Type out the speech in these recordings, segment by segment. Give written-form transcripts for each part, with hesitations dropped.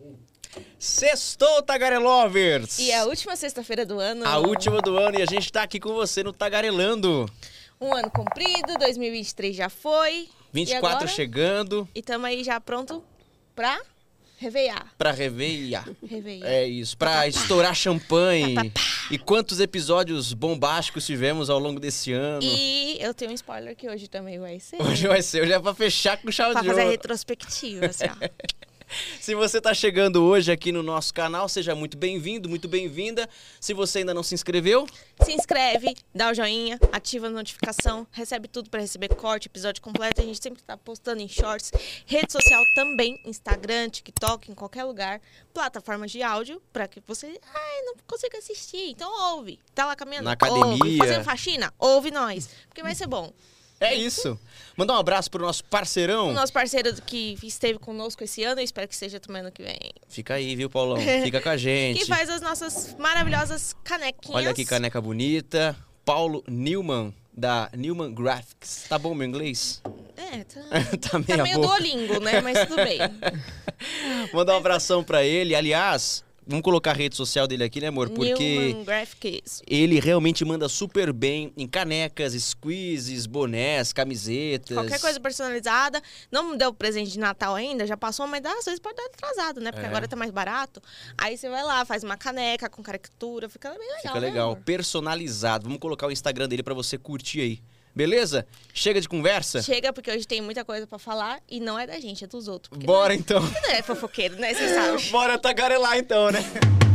Sextou, Tagarelovers! E é a última sexta-feira do ano. A última do ano e a gente tá aqui com você no Tagarelando. Um ano cumprido, 2023 já foi. 24 agora? chegando. E estamos aí já pronto pra reveiar. Pra reveiar. Reveiar. É isso, pra estourar champanhe. E quantos episódios bombásticos tivemos ao longo desse ano. E eu tenho um spoiler que hoje também vai ser. Hoje vai ser, hoje é pra fechar com chave Pra de fazer a ouro. retrospectiva, assim, ó. Se você está chegando hoje aqui no nosso canal, seja muito bem-vindo, muito bem-vinda. Se você ainda não se inscreveu, Se inscreve, dá o joinha, ativa a notificação, recebe tudo para receber corte, episódio completo. A gente sempre tá postando em shorts, rede social também, Instagram, TikTok, em qualquer lugar, plataformas de áudio, para que você não consiga assistir. Então ouve, tá lá caminhando, Na academia. ouve, fazendo faxina, ouve nós, porque vai ser bom. é isso. Mandar um abraço pro nosso parceirão. O nosso parceiro que esteve conosco esse ano, eu espero que esteja também ano que vem. Fica aí, viu, Paulão? Fica com a gente. Que faz as nossas maravilhosas canequinhas. Olha que caneca bonita. Paulo Newman, da Newman Graphics. Tá bom meu inglês? Tá Tá meio Duolingo, né? Mas tudo bem. Mandar um abração pra ele. Aliás, vamos colocar a rede social dele aqui, né, amor? Porque Newman Graphics. ele realmente manda super bem em canecas, squeezes, bonés, camisetas. Qualquer coisa personalizada. Não me deu presente de Natal ainda, já passou, mas às vezes pode dar atrasado, né? Porque agora tá mais barato. Aí você vai lá, faz uma caneca com caricatura, fica bem legal. Fica né, legal, amor? personalizado. Vamos colocar o Instagram dele pra você curtir aí. Beleza? Chega de conversa? Chega, porque hoje tem muita coisa pra falar e não é da gente, é dos outros. Porque Bora então. não é fofoqueiro, né? Você sabe. Bora tagarelar então, né?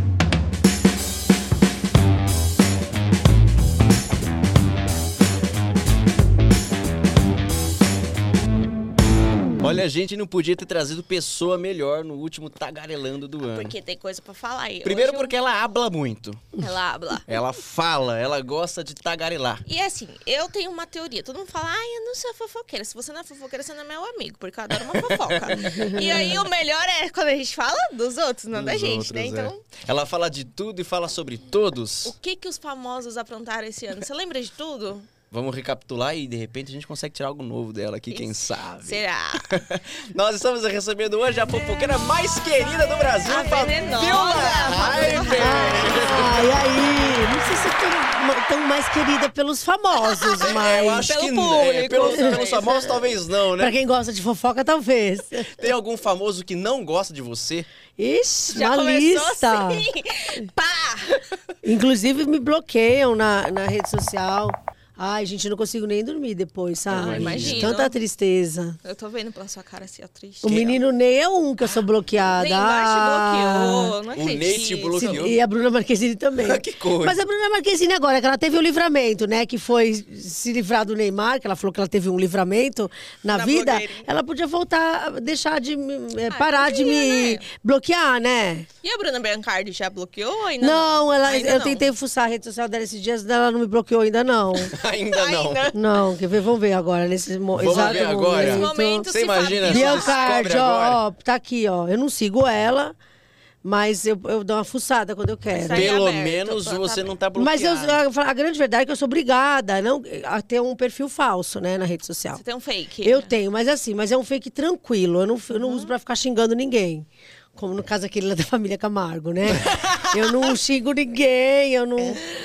Olha, a gente não podia ter trazido pessoa melhor no último Tagarelando do ano. Porque tem coisa pra falar aí. Primeiro Hoje porque ela habla muito. Ela habla. Ela fala, ela gosta de tagarelar. E assim, eu tenho uma teoria. Todo mundo fala, eu não sou fofoqueira. Se você não é fofoqueira, você não é meu amigo, porque eu adoro uma fofoca. E aí, o melhor é quando a gente fala dos outros, não da Dos gente, outros, né? é. Então, Ela fala de tudo e fala sobre todos. o que os famosos aprontaram esse ano? Você lembra de tudo? Vamos recapitular e de repente a gente consegue tirar algo novo dela aqui, quem sabe. Será? Nós estamos recebendo hoje a fofoqueira mais querida do Brasil, A venenosa, Fabiola Hyper. E aí? Não sei se eu tô tão mais querida pelos famosos, mas... Eu acho Pelo que público, pelos talvez. famosos talvez não, né? Pra quem gosta de fofoca, talvez. Tem algum famoso que não gosta de você? Ixi, Já uma começou lista. assim. Pá! Inclusive, me bloqueiam na rede social. Ai, gente, eu não consigo nem dormir depois, sabe? imagino. Tanta tristeza. Eu tô vendo pela sua cara assim, ó, triste. O menino Ney é um que eu sou bloqueada. Neymar te bloqueou, não O Ney acredito. te bloqueou. E a Bruna Marquezine também. Que coisa. Mas a Bruna Marquezine agora, que ela teve o livramento, né? Que foi se livrar do Neymar, que ela falou que ela teve um livramento na vida. blogueirinha. Ela podia voltar, deixar de parar de podia, me né? bloquear, né? E a Bruna Biancardi já bloqueou ou ainda Não, Ainda eu não. tentei fuçar a rede social dela esses dias, ela não me bloqueou ainda não. Ainda não. Ainda. Não, quer ver? Vamos ver agora, nesse Vamos exato ver agora. Nesse momento. momento, Você se imagina Fabiola- se Biancardi, descobre agora. ó, tá aqui, ó. Eu não sigo ela, mas eu dou uma fuçada quando eu quero. Tá aí Pelo aberto, menos tá você aberto. não tá Mas bloqueado. a grande verdade é que eu sou obrigada a ter um perfil falso, né, na rede social. Você tem um fake. Eu tenho, mas assim, mas é um fake tranquilo. Eu não uso pra ficar xingando ninguém. Como no caso aquele lá da família Camargo, né? Eu não xingo ninguém, eu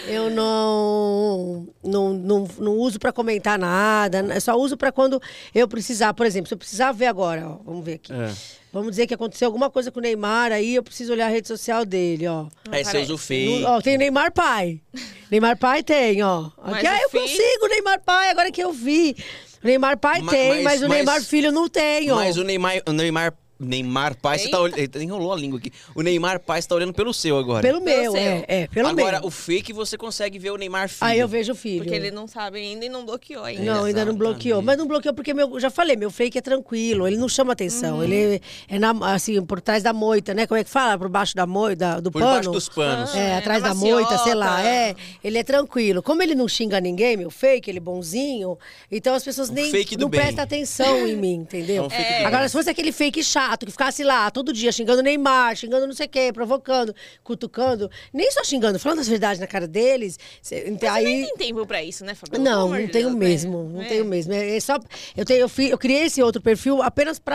não uso pra comentar nada. Eu só uso pra quando eu precisar. Por exemplo, se eu precisar ver agora, ó, vamos ver aqui. É. Vamos dizer que aconteceu alguma coisa com o Neymar, aí eu preciso olhar a rede social dele, ó. Aí você usa o fake. Ó, tem Neymar Pai. Neymar Pai tem, ó. Mas Aqui, o eu filho- consigo Neymar Pai, agora que eu vi. O Neymar Pai tem, mas o Neymar Filho não tem, ó. Mas o Neymar Pai, você tá olhando. Enrolou a língua aqui. O Neymar Pai está olhando pelo seu agora. Pelo Pelo meu, seu. pelo Agora, meu. o fake você consegue ver o Neymar filho. Aí eu vejo o filho. Porque ele não sabe ainda e não bloqueou ainda. Não, ainda não bloqueou. Mas não bloqueou porque, já falei, meu fake é tranquilo, ele não chama atenção. Ele é, assim, por trás da moita, né? Como é que fala? Por baixo da moita, do Por pano. baixo dos panos. É, atrás na da moita, sei lá. maciota. Ele é tranquilo. Como ele não xinga ninguém, meu fake, ele é bonzinho, então as pessoas nem fake do não bem. prestam atenção em mim, entendeu? É um fake do bem. Agora, se fosse aquele fake chato, que ficasse lá todo dia xingando Neymar, xingando não sei o quê, provocando, cutucando, nem só xingando, falando as verdades na cara deles. Mas Aí... você nem tem tempo pra isso, né, Fabiola? Não, Pelo amor não de tenho Deus, mesmo, né? não tenho mesmo. É só, eu criei esse outro perfil apenas para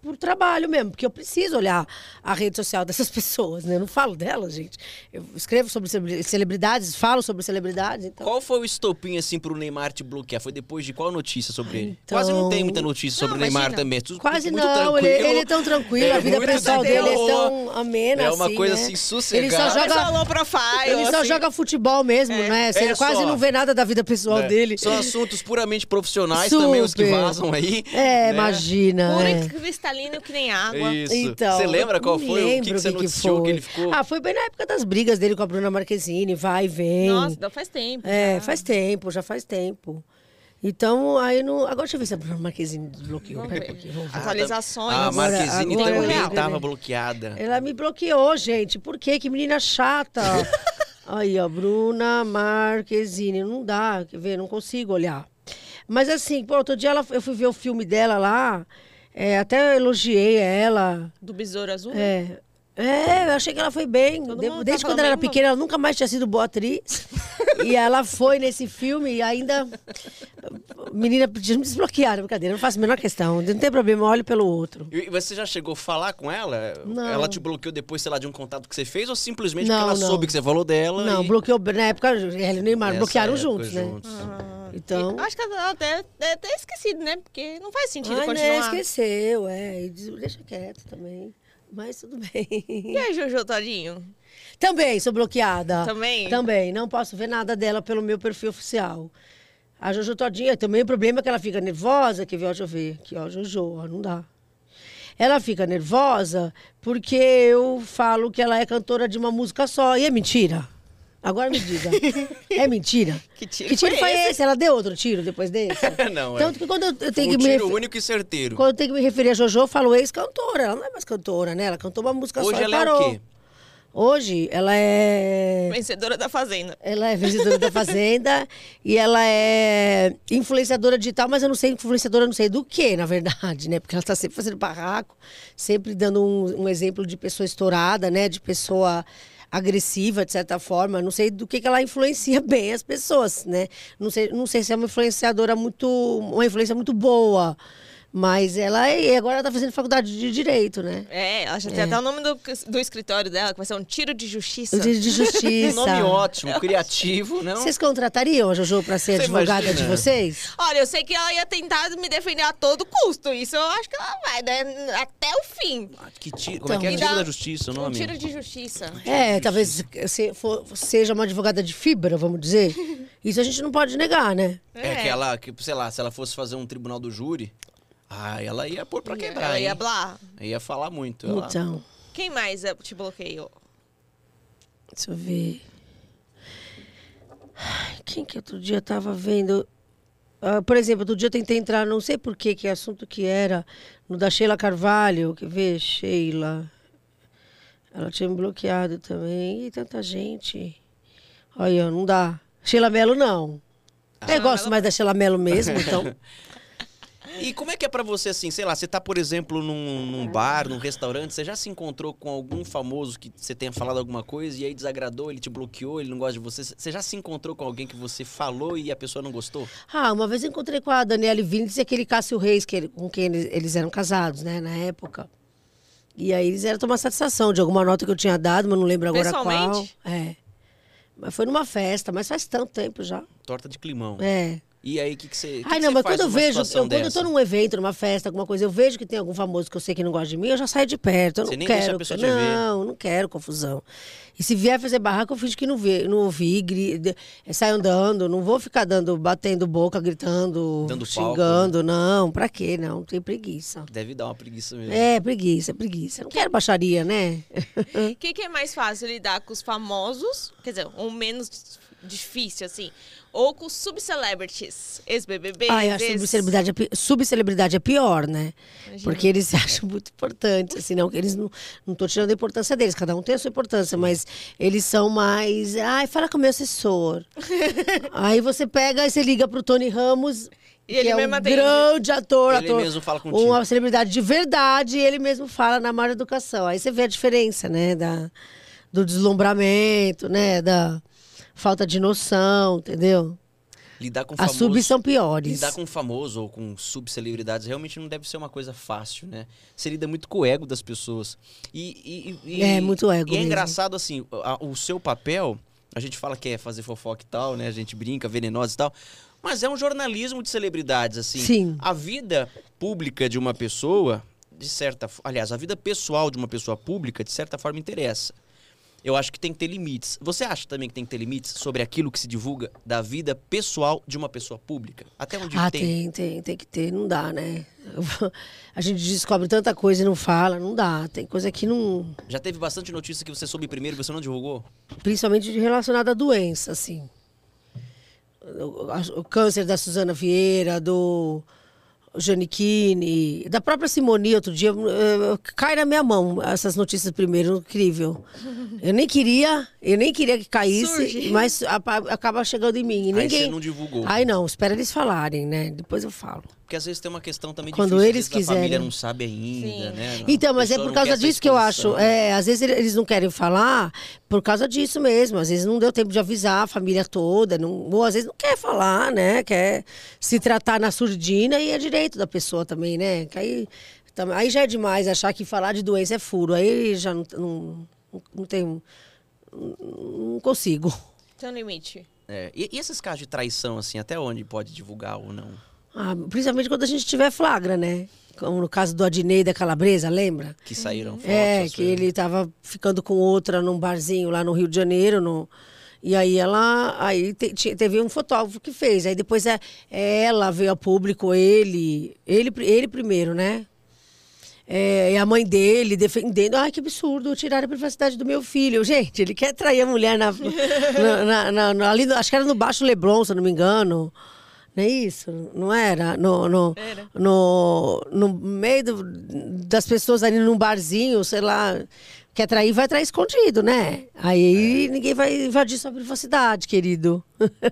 por trabalho mesmo, porque eu preciso olhar a rede social dessas pessoas, né? Eu não falo delas, gente. Eu escrevo sobre celebridades, falo sobre celebridades. Então... Qual foi o estopim, assim, pro Neymar te bloquear? Foi depois de qual notícia sobre ele? Então... Quase não tem muita notícia sobre o Neymar também. Tudo Quase muito não, tranquilo. ele é tão tranquilo, a vida pessoal dele é tão amena, é uma assim, coisa né? assim, sossegada. Ele só joga low profile, ele só assim. joga futebol mesmo, né? Você quase só. não vê nada da vida pessoal dele. São assuntos puramente profissionais Super. também, os que vazam aí. É, né? imagina. Puro é. e cristalino que nem água. Isso. Então, Você lembra qual não foi? O lembro que você noticiou foi. que ele ficou? Ah, foi bem na época das brigas dele com a Bruna Marquezine, vai e vem. Nossa, então faz tempo. É, já. faz tempo, já faz tempo. Então, aí não. Agora deixa eu ver se a Bruna Marquezine desbloqueou. Vamos Pera um ver. pouquinho, vamos ver. Atualizações. A Agora- Marquezine agora também eu- estava bloqueada. Ela me bloqueou, gente. Por quê? Que menina chata. Aí, ó, Bruna Marquezine. Não dá, quer ver? Não consigo olhar. Mas assim, pô, outro dia eu fui ver o filme dela lá. Até elogiei ela. Do Besouro Azul? Eu achei que ela foi bem. Todo mundo tá Desde quando falando ela era mesmo. pequena, ela nunca mais tinha sido boa atriz. E ela foi nesse filme e ainda. Menina, podia me desbloquear, brincadeira. Não faço a menor questão. Não tem problema, olhe pelo outro. E você já chegou a falar com ela? Não. Ela te bloqueou depois, sei lá, de um contato que você fez? Ou simplesmente Não, porque ela não. soube que você falou dela? Não, e... bloqueou. Na época, ela e o Neymar Nessa bloquearam época, juntos, né? juntos. Então. Acho que ela deve ter esquecido, né? Porque não faz sentido Ai, né, continuar. esqueceu, e deixa quieto também. Mas tudo bem. E aí, Jojo Todinho? Também sou bloqueada. Também? Também. Não posso ver nada dela pelo meu perfil oficial. A Jojo Todinha, também o problema é que ela fica nervosa. Deixa eu ver. Aqui, ó, Jojo, ó, não dá. Ela fica nervosa porque eu falo que ela é cantora de uma música só. E é mentira. Agora me diga. É mentira? Que tiro foi esse? Ela deu outro tiro depois desse? Não, Tanto que quando eu Foi tenho um que me tiro único e certeiro. quando eu tenho que me referir a Jojo, eu falo ex-cantora. Ela não é mais cantora, né? Ela cantou uma música Hoje só e ela parou. é o quê? Hoje ela é Vencedora da Fazenda. vencedora da Fazenda e ela é influenciadora digital, mas eu não sei influenciadora, não sei do que, na verdade, né? Porque ela está sempre fazendo barraco, sempre dando um exemplo de pessoa estourada, né? De pessoa agressiva, de certa forma. Não sei do que ela influencia bem as pessoas, né? Não sei se é uma uma influência muito boa. Mas ela agora ela tá fazendo faculdade de Direito, né? Ela já tem até o nome do escritório dela, que vai ser um tiro de justiça. O de Justiça. Nome ótimo, criativo, não? Vocês contratariam a Jojo para ser Você advogada imagina? de vocês? Olha, eu sei que ela ia tentar me defender a todo custo. Isso eu acho que ela vai, né? Até o fim. Que tiro, como é que é? Me Tiro dá da Justiça o nome? Um tiro de justiça. Talvez seja uma advogada de fibra, vamos dizer. Isso a gente não pode negar, né? É que ela, sei lá, se ela fosse fazer um tribunal do júri, ela ia pôr pra quebrar, Ela ia hein? blá. Ia falar muito. Então, Quem mais te bloqueou? deixa eu ver. Ai, quem que outro dia tava vendo? Por exemplo, outro dia eu tentei entrar, não sei por que assunto que era, no da Sheila Carvalho. Quer ver? Sheila. Ela tinha me bloqueado também. Ih, tanta gente. Olha, não dá. Sheila Mello, não. Eu gosto mais da Sheila Mello mesmo, então. E como é que é pra você, assim, sei lá, você tá, por exemplo, num bar, num restaurante, você já se encontrou com algum famoso que você tenha falado alguma coisa e aí desagradou, ele te bloqueou, ele não gosta de você? Você já se encontrou com alguém que você falou e a pessoa não gostou? Uma vez eu encontrei com a Daniele Vinitz e aquele Cássio Reis, com quem eles eram casados, né, na época. E aí eles eram tomar satisfação de alguma nota que eu tinha dado, mas não lembro agora qual. Pessoalmente? Mas foi numa festa, mas faz tanto tempo já. Torta de climão. É. E aí, o que você Ai, que não, você mas faz quando eu numa vejo, situação quando eu tô dessa? num evento, numa festa, alguma coisa, eu vejo que tem algum famoso que eu sei que não gosta de mim, eu já saio de perto. Eu Você não nem quero. deixa a pessoa te ver. Não quero confusão. E se vier fazer barraco, eu finjo que não ouvi, saio andando, não vou ficar batendo boca, gritando, Dando palco, xingando, não. Pra quê? Não, tem preguiça. Deve dar uma preguiça mesmo. Preguiça. Eu não quero baixaria, né? O que é mais fácil lidar com os famosos? Quer dizer, ou menos difícil, assim? Ou com subcelebrities? Ex-BBB? Ai, a subcelebridade é pior, né? Imagina. Porque eles se acham muito importantes, assim, não que eles não tô tirando a importância deles, cada um tem a sua importância, mas eles são mais, fala com o meu assessor. Aí você pega e você liga pro Tony Ramos, E que ele é um mesmo atende. grande ator, Ele mesmo fala contigo. uma celebridade de verdade, e ele mesmo fala na Mar Educação. Aí você vê a diferença, né, do deslumbramento, né, da falta de noção, entendeu? Lidar com As subs são piores. Lidar com famoso ou com subcelebridades realmente não deve ser uma coisa fácil, né? Você lida muito com o ego das pessoas. É, muito ego E é mesmo. engraçado, assim, o seu papel, a gente fala que é fazer fofoca e tal, né? A gente brinca, venenosa e tal. Mas é um jornalismo de celebridades, assim. Sim. A vida pública de uma pessoa, aliás, a vida pessoal de uma pessoa pública, de certa forma, interessa. Eu acho que tem que ter limites. Você acha também que tem que ter limites sobre aquilo que se divulga da vida pessoal de uma pessoa pública? Até onde tem? Tem que ter, não dá, né? A gente descobre tanta coisa e não fala, não dá. Tem coisa que não... Já teve bastante notícia que você soube primeiro e você não divulgou? Principalmente relacionada à doença, assim. O câncer da Suzana Vieira, do Giannichini, da própria Simone, outro dia, cai na minha mão essas notícias primeiro, incrível. Eu nem queria que caísse, Surge. mas acaba chegando em mim. E Aí ninguém... você não divulgou. Ai, não, espera eles falarem, né? Depois eu falo. Porque às vezes tem uma questão também Quando difícil, eles às vezes a família quiserem. não sabe ainda, Sim. né? Então, mas A é pessoa por não causa quer essa disso que eu acho. exposição. Às vezes eles não querem falar por causa disso mesmo. Às vezes não deu tempo de avisar a família toda. Ou às vezes não quer falar, né? Quer se tratar na surdina e é direito da pessoa também, né? Que aí já é demais achar que falar de doença é furo. Aí já não tem. Não consigo. Tem um limite. E esses casos de traição, assim, até onde pode divulgar ou não? Principalmente quando a gente tiver flagra, né? Como no caso do Adnei da Calabresa, lembra? Que saíram fotos? É, que ele tava ficando com outra num barzinho lá no Rio de Janeiro. E aí teve um fotógrafo que fez. Aí depois ela veio a público, ele primeiro, né? E a mãe dele defendendo. Ai, que absurdo, tirar a privacidade do meu filho. Gente, ele quer trair a mulher ali, acho que era no Baixo Leblon, se eu não me engano. Não é isso? Não era? Era. No meio das pessoas ali num barzinho, sei lá, quer trair, vai trair escondido, né? Aí ninguém vai invadir sua privacidade, querido.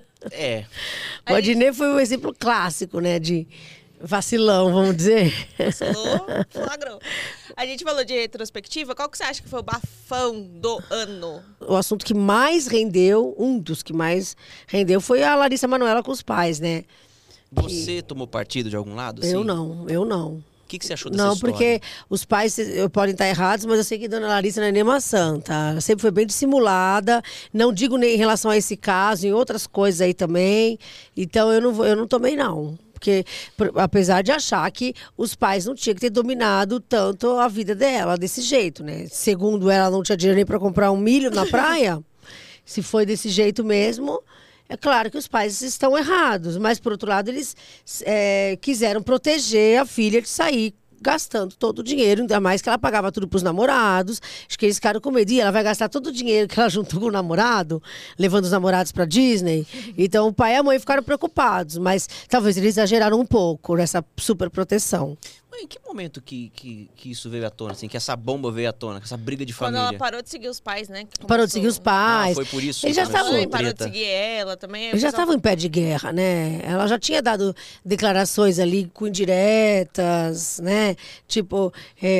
O Adnei foi um exemplo clássico, né, de vacilão, vamos dizer. Vacilou, flagrou. A gente falou de retrospectiva. Qual que você acha que foi o bafão do ano? O assunto que mais rendeu, um dos que mais rendeu, foi a Larissa Manoela com os pais, né? Você tomou partido de algum lado? Eu assim? não. O que você achou dessa Não, história? porque os pais podem estar errados, mas eu sei que Dona Larissa não é nenhuma santa. Ela sempre foi bem dissimulada. Não digo nem em relação a esse caso, em outras coisas aí também. Então eu não tomei, não. Porque, apesar de achar que os pais não tinham que ter dominado tanto a vida dela desse jeito, né? Segundo ela, não tinha dinheiro nem para comprar um milho na praia. Se foi desse jeito mesmo, é claro que os pais estão errados. Mas, por outro lado, eles quiseram proteger a filha de sair gastando todo o dinheiro, ainda mais que ela pagava tudo pros namorados. Acho que eles ficaram com medo. E ela vai gastar todo o dinheiro que ela juntou com o namorado, levando os namorados pra Disney. Então o pai e a mãe ficaram preocupados, mas talvez eles exageraram um pouco nessa super proteção. Mas em que momento que isso veio à tona, assim, que essa bomba veio à tona, que essa briga de Quando família? ela parou de seguir os pais, né? Que Parou de seguir os pais. Foi por isso Eles que já começou estavam- a Parou de treta. seguir ela também. Eles já estavam em pé de guerra, né? Ela já tinha dado declarações ali com indiretas, né? Tipo,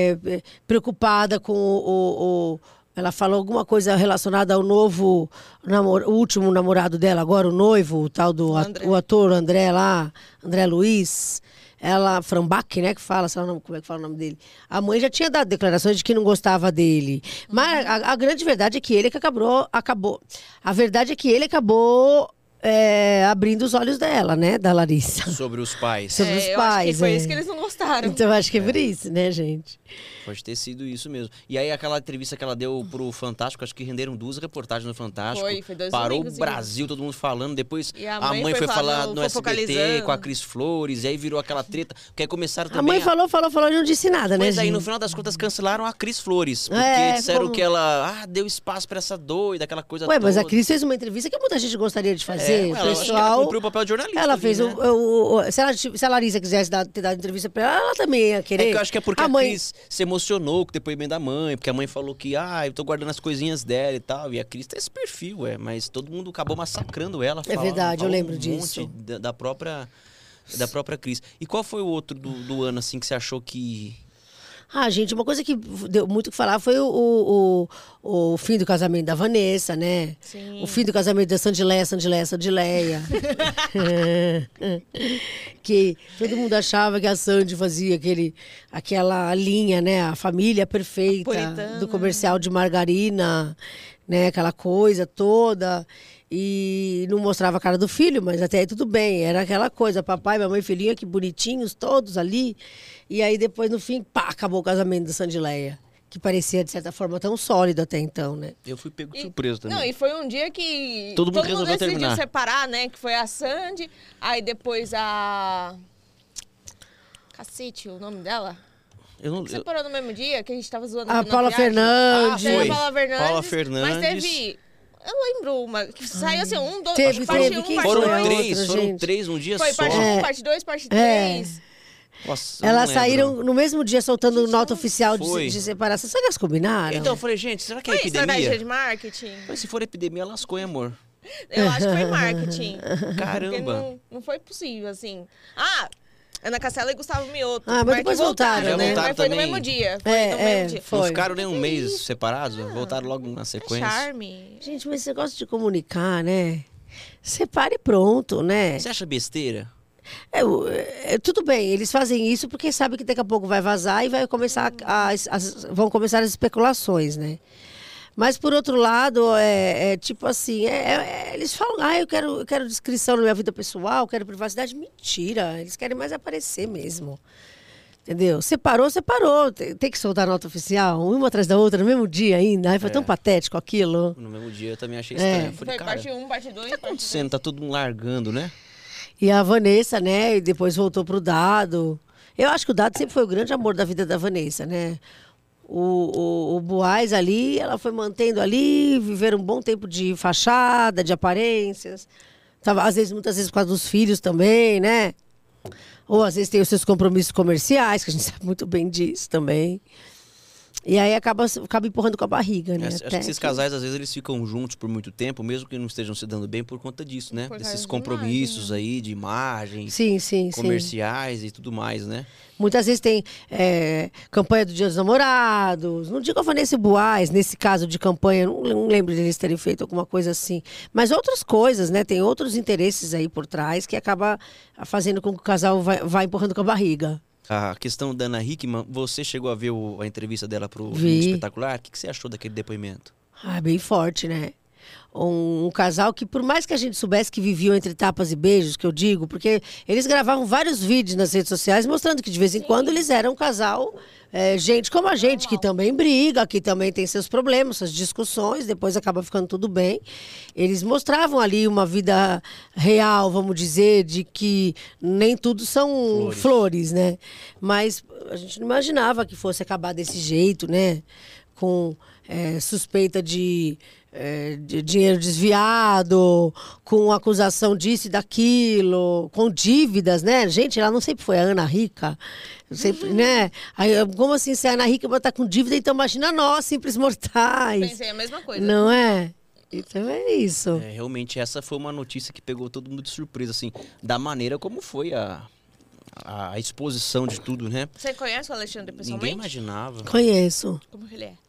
preocupada com ela falou alguma coisa relacionada ao novo, o último namorado dela, agora o noivo, o tal do André. o ator André lá, André Luiz. Ela, Frambach, né, que fala, sei lá como é que fala o nome dele. A mãe já tinha dado declarações de que não gostava dele. Mas a grande verdade é que ele que acabou. A verdade é que ele acabou abrindo os olhos dela, né, da Larissa. Sobre os pais. Sobre os eu acho que pais, foi é. isso que eles não gostaram. Então acho que é por isso, né, gente? Pode ter sido isso mesmo. E aí aquela entrevista que ela deu pro Fantástico, acho que renderam 2 reportagens no Fantástico. Foi 2 Parou domingos o Brasil, todo mundo falando. Depois E a a mãe mãe foi foi falar falando, no foi SBT focalizando. com a Cris Flores. E aí virou aquela treta. Porque aí começaram A também mãe falou e não disse nada, né, Mas aí, gente? no final das contas, cancelaram a Cris Flores. Porque disseram como- que ela deu espaço pra essa doida, aquela coisa Ué, mas a toda. Cris fez uma entrevista que muita gente gostaria de fazer. Ué, O eu acho que ela pessoal... cumpriu o papel de jornalista. Ela ali, fez né? se a Larissa quisesse ter dado entrevista pra ela também ia querer. É que eu acho que é porque a a mãe... Cris se emocionou com o depoimento da mãe, porque a mãe falou que, eu tô guardando as coisinhas dela e tal. E a Cris tem esse perfil, mas todo mundo acabou massacrando ela. Verdade, eu lembro um disso. monte da própria Cris. E qual foi o outro do ano, assim, que você achou que Ah, gente, uma coisa que deu muito o que falar foi o fim do casamento da Vanessa, né? Sim. O fim do casamento da Sandileia. Que todo mundo achava que a Sandy fazia aquela linha, né? A família perfeita Puritana. do comercial de margarina, né? Aquela coisa toda. E não mostrava a cara do filho, mas até aí tudo bem. Era aquela coisa, papai, mamãe, filhinha, que bonitinhos, todos ali. E aí depois, no fim, pá, acabou o casamento da Sandileia. Que parecia, de certa forma, tão sólido até então, né? Eu fui pego de surpresa também. Não, e foi um dia que Todo mundo resolveu decidiu terminar. separar, né? Que foi a Sandy, aí depois a... Cacete, o nome dela? Eu não, eu... Separou no mesmo dia que a gente tava zoando A na Paula viagem. Fernandes. Teve foi. a Paula Fernandes. Paula Fernandes. Mas teve... Eu lembro uma, que saiu assim, Teve, parte teve, 1, quem parte foi? Foram a 2. três, outra, foram gente? três num dia Foi só. parte 1, parte 2, parte 3. Nossa, eu Elas não lembro. saíram no mesmo dia soltando nota oficial Foi. de separação. Será que elas combinaram? Então, eu falei, gente, será que é Foi estratégia epidemia? de marketing? Mas se for epidemia, lascou, hein, amor? Eu acho que foi marketing. Porque Caramba. não foi possível, assim. Ah, Ana Castela e Gustavo Mioto. Ah, mas depois que voltaram, né? Mas foi no também. mesmo dia. Foi no mesmo dia. foi. Não ficaram nem um mês separados, voltaram logo na É sequência. charme. Gente, mas você gosta de comunicar, né? Separe e pronto, né? Você acha besteira? Tudo bem, eles fazem isso porque sabem que daqui a pouco vai vazar e vai começar vão começar as especulações, né? Mas, por outro lado, tipo assim, eles falam, eu quero descrição na minha vida pessoal, quero privacidade. Mentira, eles querem mais aparecer mesmo. Entendeu? Separou. Tem que soltar a nota oficial, uma atrás da outra, no mesmo dia ainda. Aí foi tão patético aquilo. No mesmo dia eu também achei estranho. Eu falei, Foi cara, parte 1, parte 2, o que tá parte 3. acontecendo? Tá todo mundo largando, né? E a Vanessa, né, e depois voltou pro Dado. Eu acho que o Dado sempre foi o grande amor da vida da Vanessa, né? O Buais ali, ela foi mantendo ali, viveram um bom tempo de fachada, de aparências. Muitas vezes por causa dos filhos também, né? Ou às vezes tem os seus compromissos comerciais, que a gente sabe muito bem disso também. E aí acaba empurrando com a barriga, né? Acho que esses casais, às vezes, eles ficam juntos por muito tempo, mesmo que não estejam se dando bem por conta disso, né? Por causa Desses de compromissos imagem, aí, de imagens, Sim. comerciais e tudo mais, né? Muitas vezes tem campanha do Dia dos Namorados. Não digo a Vanessa Buais, nesse caso de campanha, não lembro deles terem feito alguma coisa assim. Mas outras coisas, né? Tem outros interesses aí por trás que acaba fazendo com que o casal vá empurrando com a barriga. A questão da Ana Hickman, você chegou a ver a entrevista dela pro Vi. Domingo Espetacular? O que você achou daquele depoimento? Bem forte, né? Um casal que, por mais que a gente soubesse que viviam entre tapas e beijos, que eu digo, porque eles gravavam vários vídeos nas redes sociais mostrando que de vez em quando eles eram um casal, gente como a gente, que também briga, que também tem seus problemas, suas discussões, depois acaba ficando tudo bem. Eles mostravam ali uma vida real, vamos dizer, de que nem tudo são flores, né? Mas a gente não imaginava que fosse acabar desse jeito, né? Com suspeita de dinheiro desviado, com acusação disso e daquilo, com dívidas, né? Gente, ela não sempre foi a Ana Rica, sempre, né? Aí, como assim, se a Ana Rica vai estar com dívida, então imagina nós, simples mortais. Pensei a mesma coisa. Não é? Então é isso. Realmente, essa foi uma notícia que pegou todo mundo de surpresa, assim, da maneira como foi a exposição de tudo, né? Você conhece o Alexandre pessoalmente? Ninguém imaginava. Conheço. Como que ele é?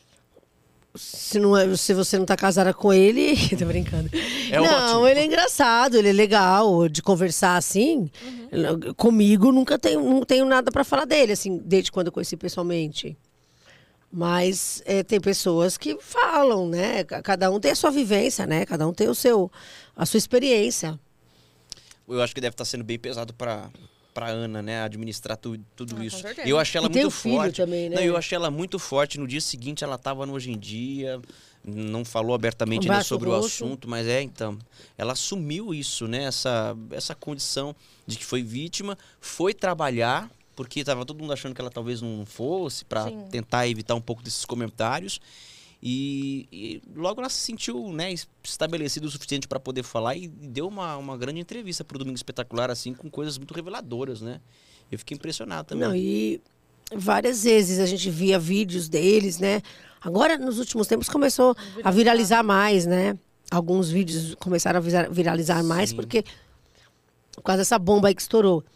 Se você não tá casada com ele, tô brincando. É não, ótimo. ele é engraçado, ele é legal de conversar assim. Comigo não tenho nada pra falar dele, assim, desde quando eu conheci pessoalmente. Mas tem pessoas que falam, né? Cada um tem a sua vivência, né? Cada um tem a sua experiência. Eu acho que deve estar sendo bem pesado pra Ana, né, administrar tudo isso. Com certeza. Eu achei ela E tem muito o filho forte. também, né? Não, eu achei ela muito forte. No dia seguinte, ela estava no Hoje em Dia, não falou abertamente Um ainda braço sobre o roxo. assunto, mas então, ela assumiu isso, né, essa condição de que foi vítima, foi trabalhar, porque estava todo mundo achando que ela talvez não fosse, para Sim. tentar evitar um pouco desses comentários. E logo ela se sentiu, né, estabelecida o suficiente para poder falar e deu uma grande entrevista para o Domingo Espetacular, assim, com coisas muito reveladoras, né? Eu fiquei impressionado também. Não, e várias vezes a gente via vídeos deles, né? Agora, nos últimos tempos, começou a viralizar mais, né? Alguns vídeos começaram a viralizar mais, Sim. porque por causa dessa bomba aí que estourou.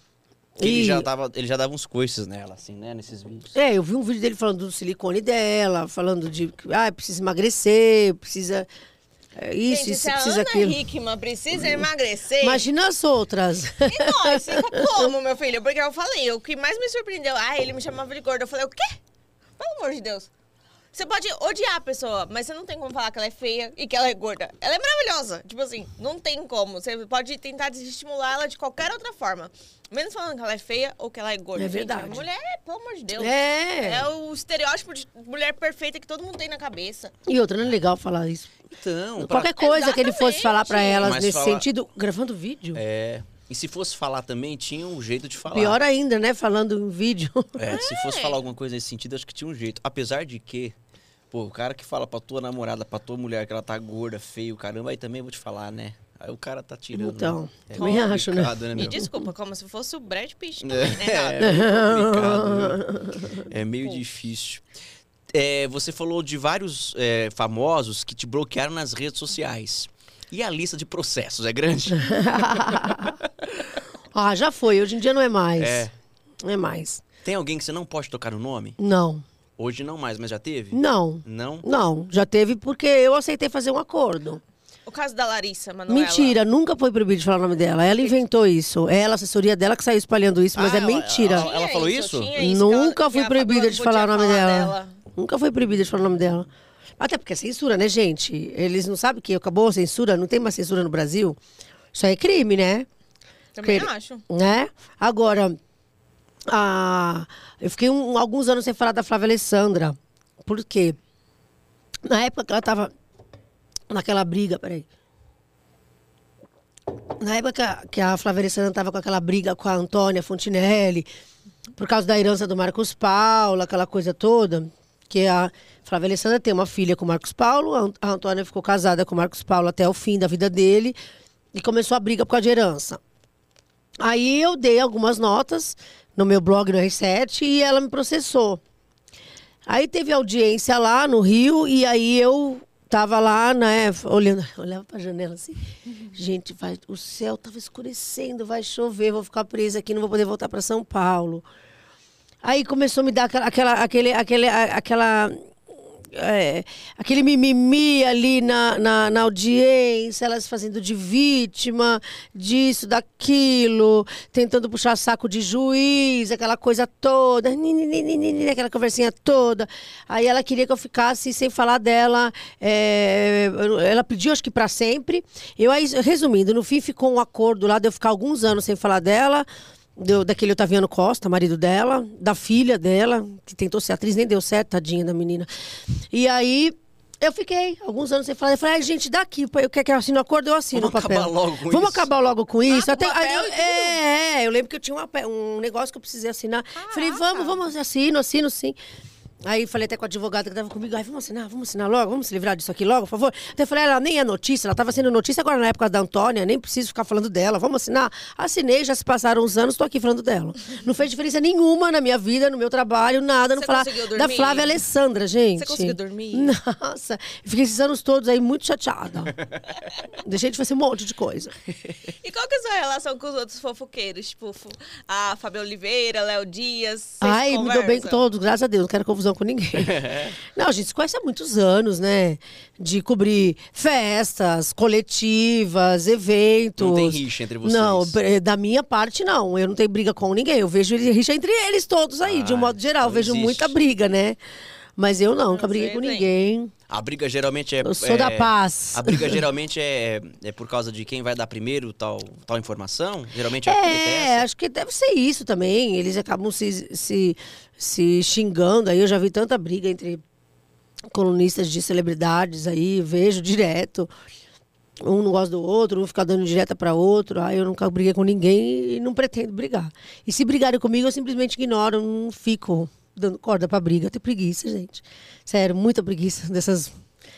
Que ele já dava uns coices nela, assim, né? Nesses vídeos. Eu vi um vídeo dele falando do silicone dela, falando de precisa emagrecer, precisa isso, Gente, isso, se precisa a Ana aquilo. Hickman precisa emagrecer... Imagina as outras. E nós, fica como, meu filho? Porque eu falei, o que mais me surpreendeu... ele me chamava de gorda. Eu falei, o quê? Pelo amor de Deus. Você pode odiar a pessoa, mas você não tem como falar que ela é feia e que ela é gorda. Ela é maravilhosa. Tipo assim, não tem como. Você pode tentar desestimular ela de qualquer outra forma. Menos falando que ela é feia ou que ela é gorda. É Gente, verdade. a mulher, pelo amor de Deus. É o estereótipo de mulher perfeita que todo mundo tem na cabeça. E outra, não é legal falar isso. Então, Qualquer coisa que ele fosse falar pra elas Mas nesse falar- sentido, gravando vídeo. E se fosse falar também, tinha um jeito de falar. Pior ainda, né? Falando em vídeo. Se fosse falar alguma coisa nesse sentido, acho que tinha um jeito. Apesar de que, pô, o cara que fala pra tua namorada, pra tua mulher que ela tá gorda, feio, caramba, aí também vou te falar, né? Aí o cara tá tirando. Então, né? também acho, né? complicado, Me meu? desculpa, como se fosse o Brad Pitt também, né? É meio complicado, viu? É meio difícil. Você falou de vários famosos que te bloquearam nas redes sociais. E a lista de processos é grande? Já foi. Hoje em dia não é mais. É. Não é mais. Tem alguém que você não pode tocar no nome? Não. Hoje não mais, mas já teve? Não. Não? Não. Já teve porque eu aceitei fazer um acordo. O caso da Larissa Manoela. Mentira, nunca foi proibido de falar o nome dela. Ela inventou isso. Ela, a assessoria dela que saiu espalhando isso, mas é mentira. Ela falou isso? Tinha isso, Nunca que fui a proibida Fabiola de não falar o podia nome falar dela. Nunca fui proibida de falar o nome dela. Até porque é censura, né, gente? Eles não sabem que acabou a censura, não tem mais censura no Brasil. Isso aí é crime, né? Também acho. Né? Agora, eu fiquei alguns anos sem falar da Flávia Alessandra. Por quê? Na época que ela tava naquela briga, peraí. Na época que a Flávia Alessandra tava com aquela briga com a Antônia Fontinelli, por causa da herança do Marcos Paulo, aquela coisa toda, que a Flávia Alessandra tem uma filha com o Marcos Paulo, a Antônia ficou casada com o Marcos Paulo até o fim da vida dele, e começou a briga por causa de herança. Aí eu dei algumas notas no meu blog no R7 e ela me processou. Aí teve audiência lá no Rio e aí eu tava lá, né, olhava pra janela assim, gente, o céu tava escurecendo, vai chover, vou ficar presa aqui, não vou poder voltar para São Paulo. Aí começou a me dar aquele mimimi ali na audiência, elas fazendo de vítima, disso, daquilo, tentando puxar saco de juiz, aquela coisa toda, aquela conversinha toda. Aí ela queria que eu ficasse sem falar dela, ela pediu acho que para sempre. Aí, resumindo, no fim ficou um acordo lá de eu ficar alguns anos sem falar dela, daquele Otaviano Costa, marido dela, da filha dela, que tentou ser atriz, nem deu certo, tadinha da menina. E aí, eu fiquei alguns anos sem falar. Eu falei, gente, daqui, eu quero que eu assine o acordo, eu assino o papel. Vamos acabar logo com isso. Eu lembro que eu tinha um negócio que eu precisei assinar. Caraca. Falei, vamos, assino sim. Aí falei até com a advogada que estava comigo, vamos assinar logo, vamos se livrar disso aqui logo, por favor. Até falei, ela nem é notícia, ela estava sendo notícia agora na época da Antônia, nem preciso ficar falando dela, vamos assinar. Assinei, já se passaram uns anos, estou aqui falando dela. Não fez diferença nenhuma na minha vida, no meu trabalho, nada, não falar da Flávia Alessandra, gente. Você conseguiu dormir? Nossa, eu fiquei esses anos todos aí muito chateada. Deixei de fazer um monte de coisa. E qual que é a sua relação com os outros fofoqueiros? Tipo, a Fabiola Oliveira, Léo Dias, me dou bem com todos, graças a Deus, não quero confusão com ninguém. Não, a gente se conhece há muitos anos, né? De cobrir festas, coletivas, eventos. Não tem rixa entre vocês? Não, da minha parte, não. Eu não tenho briga com ninguém. Eu vejo rixa entre eles todos aí, de um modo geral. Eu vejo muita briga, né? Mas eu nunca briguei com ninguém. A briga geralmente Eu sou da paz. A briga geralmente é por causa de quem vai dar primeiro tal informação? Geralmente acho que deve ser isso também. Eles acabam se xingando. Aí eu já vi tanta briga entre colunistas de celebridades aí, vejo direto. Um não gosta do outro, um fica dando direta para outro. Aí eu nunca briguei com ninguém e não pretendo brigar. E se brigarem comigo, eu simplesmente ignoro, não fico dando corda pra briga. Eu tenho preguiça, gente. Sério, muita preguiça dessas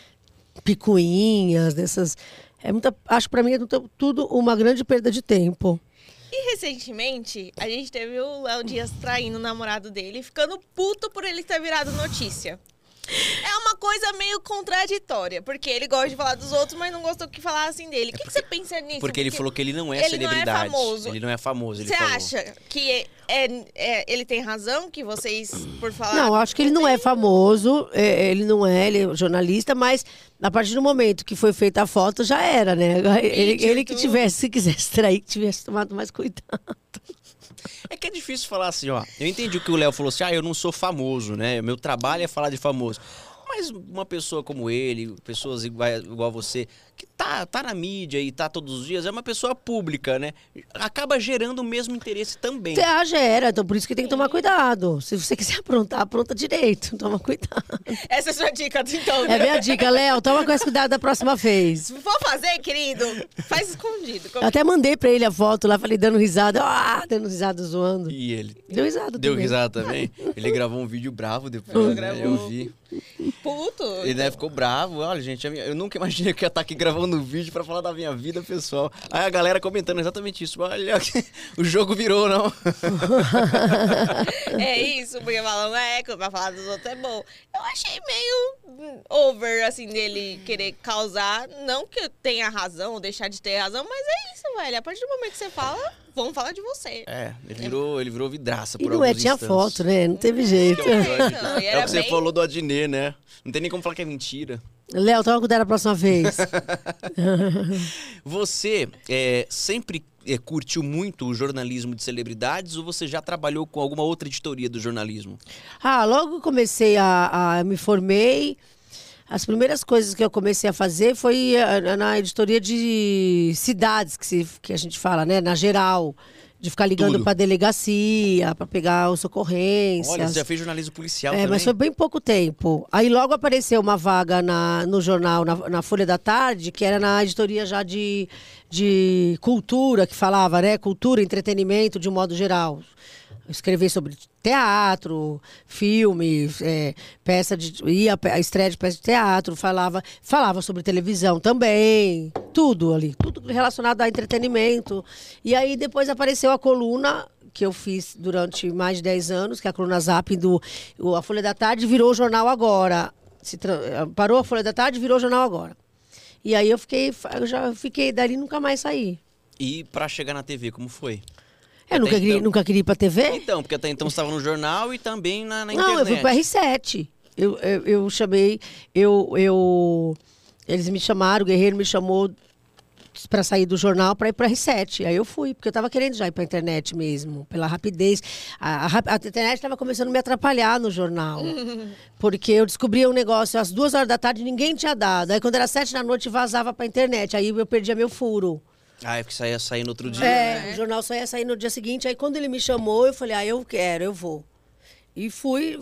picuinhas, dessas... Acho que pra mim é tudo uma grande perda de tempo. E recentemente, a gente teve o Léo Dias traindo o namorado dele, ficando puto por ele ter virado notícia. É uma coisa meio contraditória. Porque ele gosta de falar dos outros, mas não gostou que falassem dele. O que você pensa nisso? Porque ele falou que ele não é ele celebridade. Não é famoso. Ele não é famoso, ele Você falou. acha que ele tem razão, que vocês, por falar... Não, acho que ele não é famoso, ele não é, ele é jornalista, mas a partir do momento que foi feita a foto, já era, né? Ele que tivesse, se quisesse trair, que tivesse tomado mais cuidado. É que é difícil falar assim, ó. Eu entendi o que o Léo falou assim, eu não sou famoso, né? Meu trabalho é falar de famoso. Mas uma pessoa como ele, pessoas igual a você, que tá na mídia e tá todos os dias, é uma pessoa pública, né? Acaba gerando o mesmo interesse também. Gera, então por isso que tem que tomar cuidado. Se você quiser aprontar, apronta direito, toma cuidado. Essa é a sua dica, então. É minha dica, Léo, toma com esse cuidado da próxima vez. Se for fazer, querido, faz escondido. Eu até mandei pra ele a foto lá, falei dando risada, dando risada zoando. E ele? Deu risada Deu também. risada também? Ele gravou um vídeo bravo depois, né? Eu vi. Puto. Ele né, ficou bravo. Olha, gente, eu nunca imaginei que eu ia estar aqui gravando um vídeo pra falar da minha vida pessoal. Aí a galera comentando exatamente isso. Olha, o jogo virou, não? É isso, porque falando pra falar dos outros é bom. Eu achei meio over, assim, dele querer causar. Não que eu tenha razão ou deixar de ter razão, mas é isso, velho. A partir do momento que você fala, vamos falar de você. É, ele virou vidraça E por não é, alguns tinha instantes. foto, né? Não teve jeito. Não, e É era o que você bem- falou do Adnet, né? Não tem nem como falar que é mentira. Léo, toma cuidado da próxima vez. Você sempre curtiu muito o jornalismo de celebridades ou você já trabalhou com alguma outra editoria do jornalismo? Logo que comecei me formei, as primeiras coisas que eu comecei a fazer foi na editoria de cidades, que a gente fala, né? Na geral. De ficar ligando Tudo. pra delegacia, pra pegar os ocorrências. Olha, você já fez jornalismo policial também? Mas foi bem pouco tempo. Aí logo apareceu uma vaga no jornal, na Folha da Tarde, que era na editoria já de cultura, que falava, né? Cultura, entretenimento, de um modo geral. Escrever sobre teatro, filme, ia a estreia de peça de teatro, falava sobre televisão também, tudo ali, tudo relacionado a entretenimento. E aí depois apareceu a coluna que eu fiz durante mais de 10 anos, que é a coluna Zap a Folha da Tarde virou o Jornal Agora. Parou a Folha da Tarde, virou o Jornal Agora. E aí eu já fiquei dali e nunca mais saí. E pra chegar na TV, como foi? Eu nunca queria ir pra TV. Então, porque até então você estava no jornal e também na internet. Não, eu fui pro R7. Eu chamei. Eles me chamaram, o Guerreiro me chamou para sair do jornal para ir pro R7. Aí eu fui, porque eu tava querendo já ir pra internet mesmo, pela rapidez. A internet tava começando a me atrapalhar no jornal. Porque eu descobria um negócio às 2 horas da tarde, ninguém tinha dado. Aí quando era 7 da noite, vazava pra internet. Aí eu perdia meu furo. É porque ia sair no outro dia, né? O jornal só ia sair no dia seguinte. Aí quando ele me chamou, eu falei, eu quero, eu vou. E fui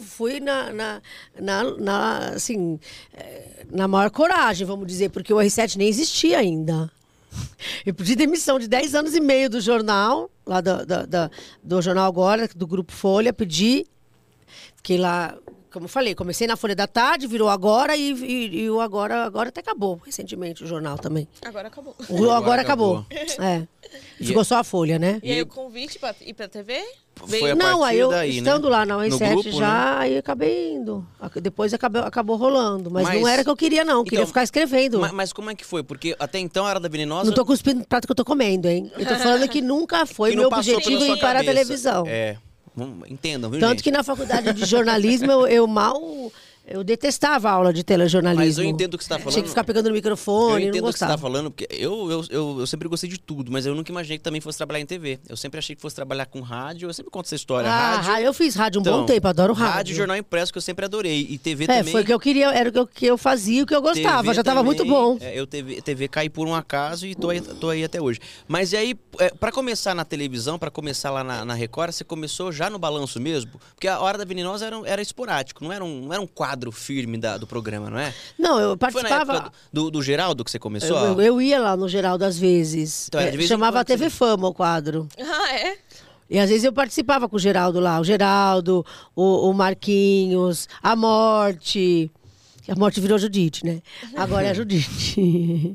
assim, na maior coragem, vamos dizer, porque o R7 nem existia ainda. Eu pedi demissão de 10 anos e meio do jornal, lá do Jornal Agora, do Grupo Folha, pedi, fiquei lá, como eu falei, comecei na Folha da Tarde, virou Agora e o Agora até acabou recentemente o jornal também. Agora acabou. O Agora acabou. E Ficou só a Folha, né? E aí o convite pra ir pra TV? Foi a Não, aí partir eu, daí, estando né? lá na No U7 grupo, já, aí acabei indo. Depois acabou rolando. Mas não Mas- era o que eu queria, não. Eu queria Então, ficar escrevendo. Mas como é que foi? Porque até então a Era da Venenosa... Não tô cuspindo no prato que eu tô comendo, hein? Eu tô falando que nunca foi que meu não passou objetivo pela sua ir para a cabeça. televisão. Entendam, viu, Tanto gente? que na faculdade de jornalismo eu detestava a aula de telejornalismo. Mas eu entendo o que você tá falando. Tinha que ficar pegando o Eu microfone, entendo não o que você tá gostava. falando, porque eu sempre gostei de tudo, mas eu nunca imaginei que também fosse trabalhar em TV. Eu sempre achei que fosse trabalhar com rádio, eu sempre conto essa história. Rádio, Eu fiz rádio um bom então, tempo, adoro rádio. Rádio, jornal impresso, que eu sempre adorei. E TV também. Foi o que eu queria, era o que eu fazia, o que eu gostava, TV já tava muito também, bom. TV caí por um acaso e tô aí até hoje. Mas e aí, pra começar na televisão, pra começar lá na Record, você começou já no balanço mesmo? Porque a Hora da Venenosa era esporádico, não era um quadro firme do programa, não é? Não, eu Foi na participava... época do Geraldo que você começou? Eu ia lá no Geraldo às vezes. Então, era de vez em chamava quando a TV você- Fama o quadro. Ah, é? E às vezes eu participava com o Geraldo lá. O Geraldo, o Marquinhos, a Morte. A Morte virou Judite, né? Agora é a Judite.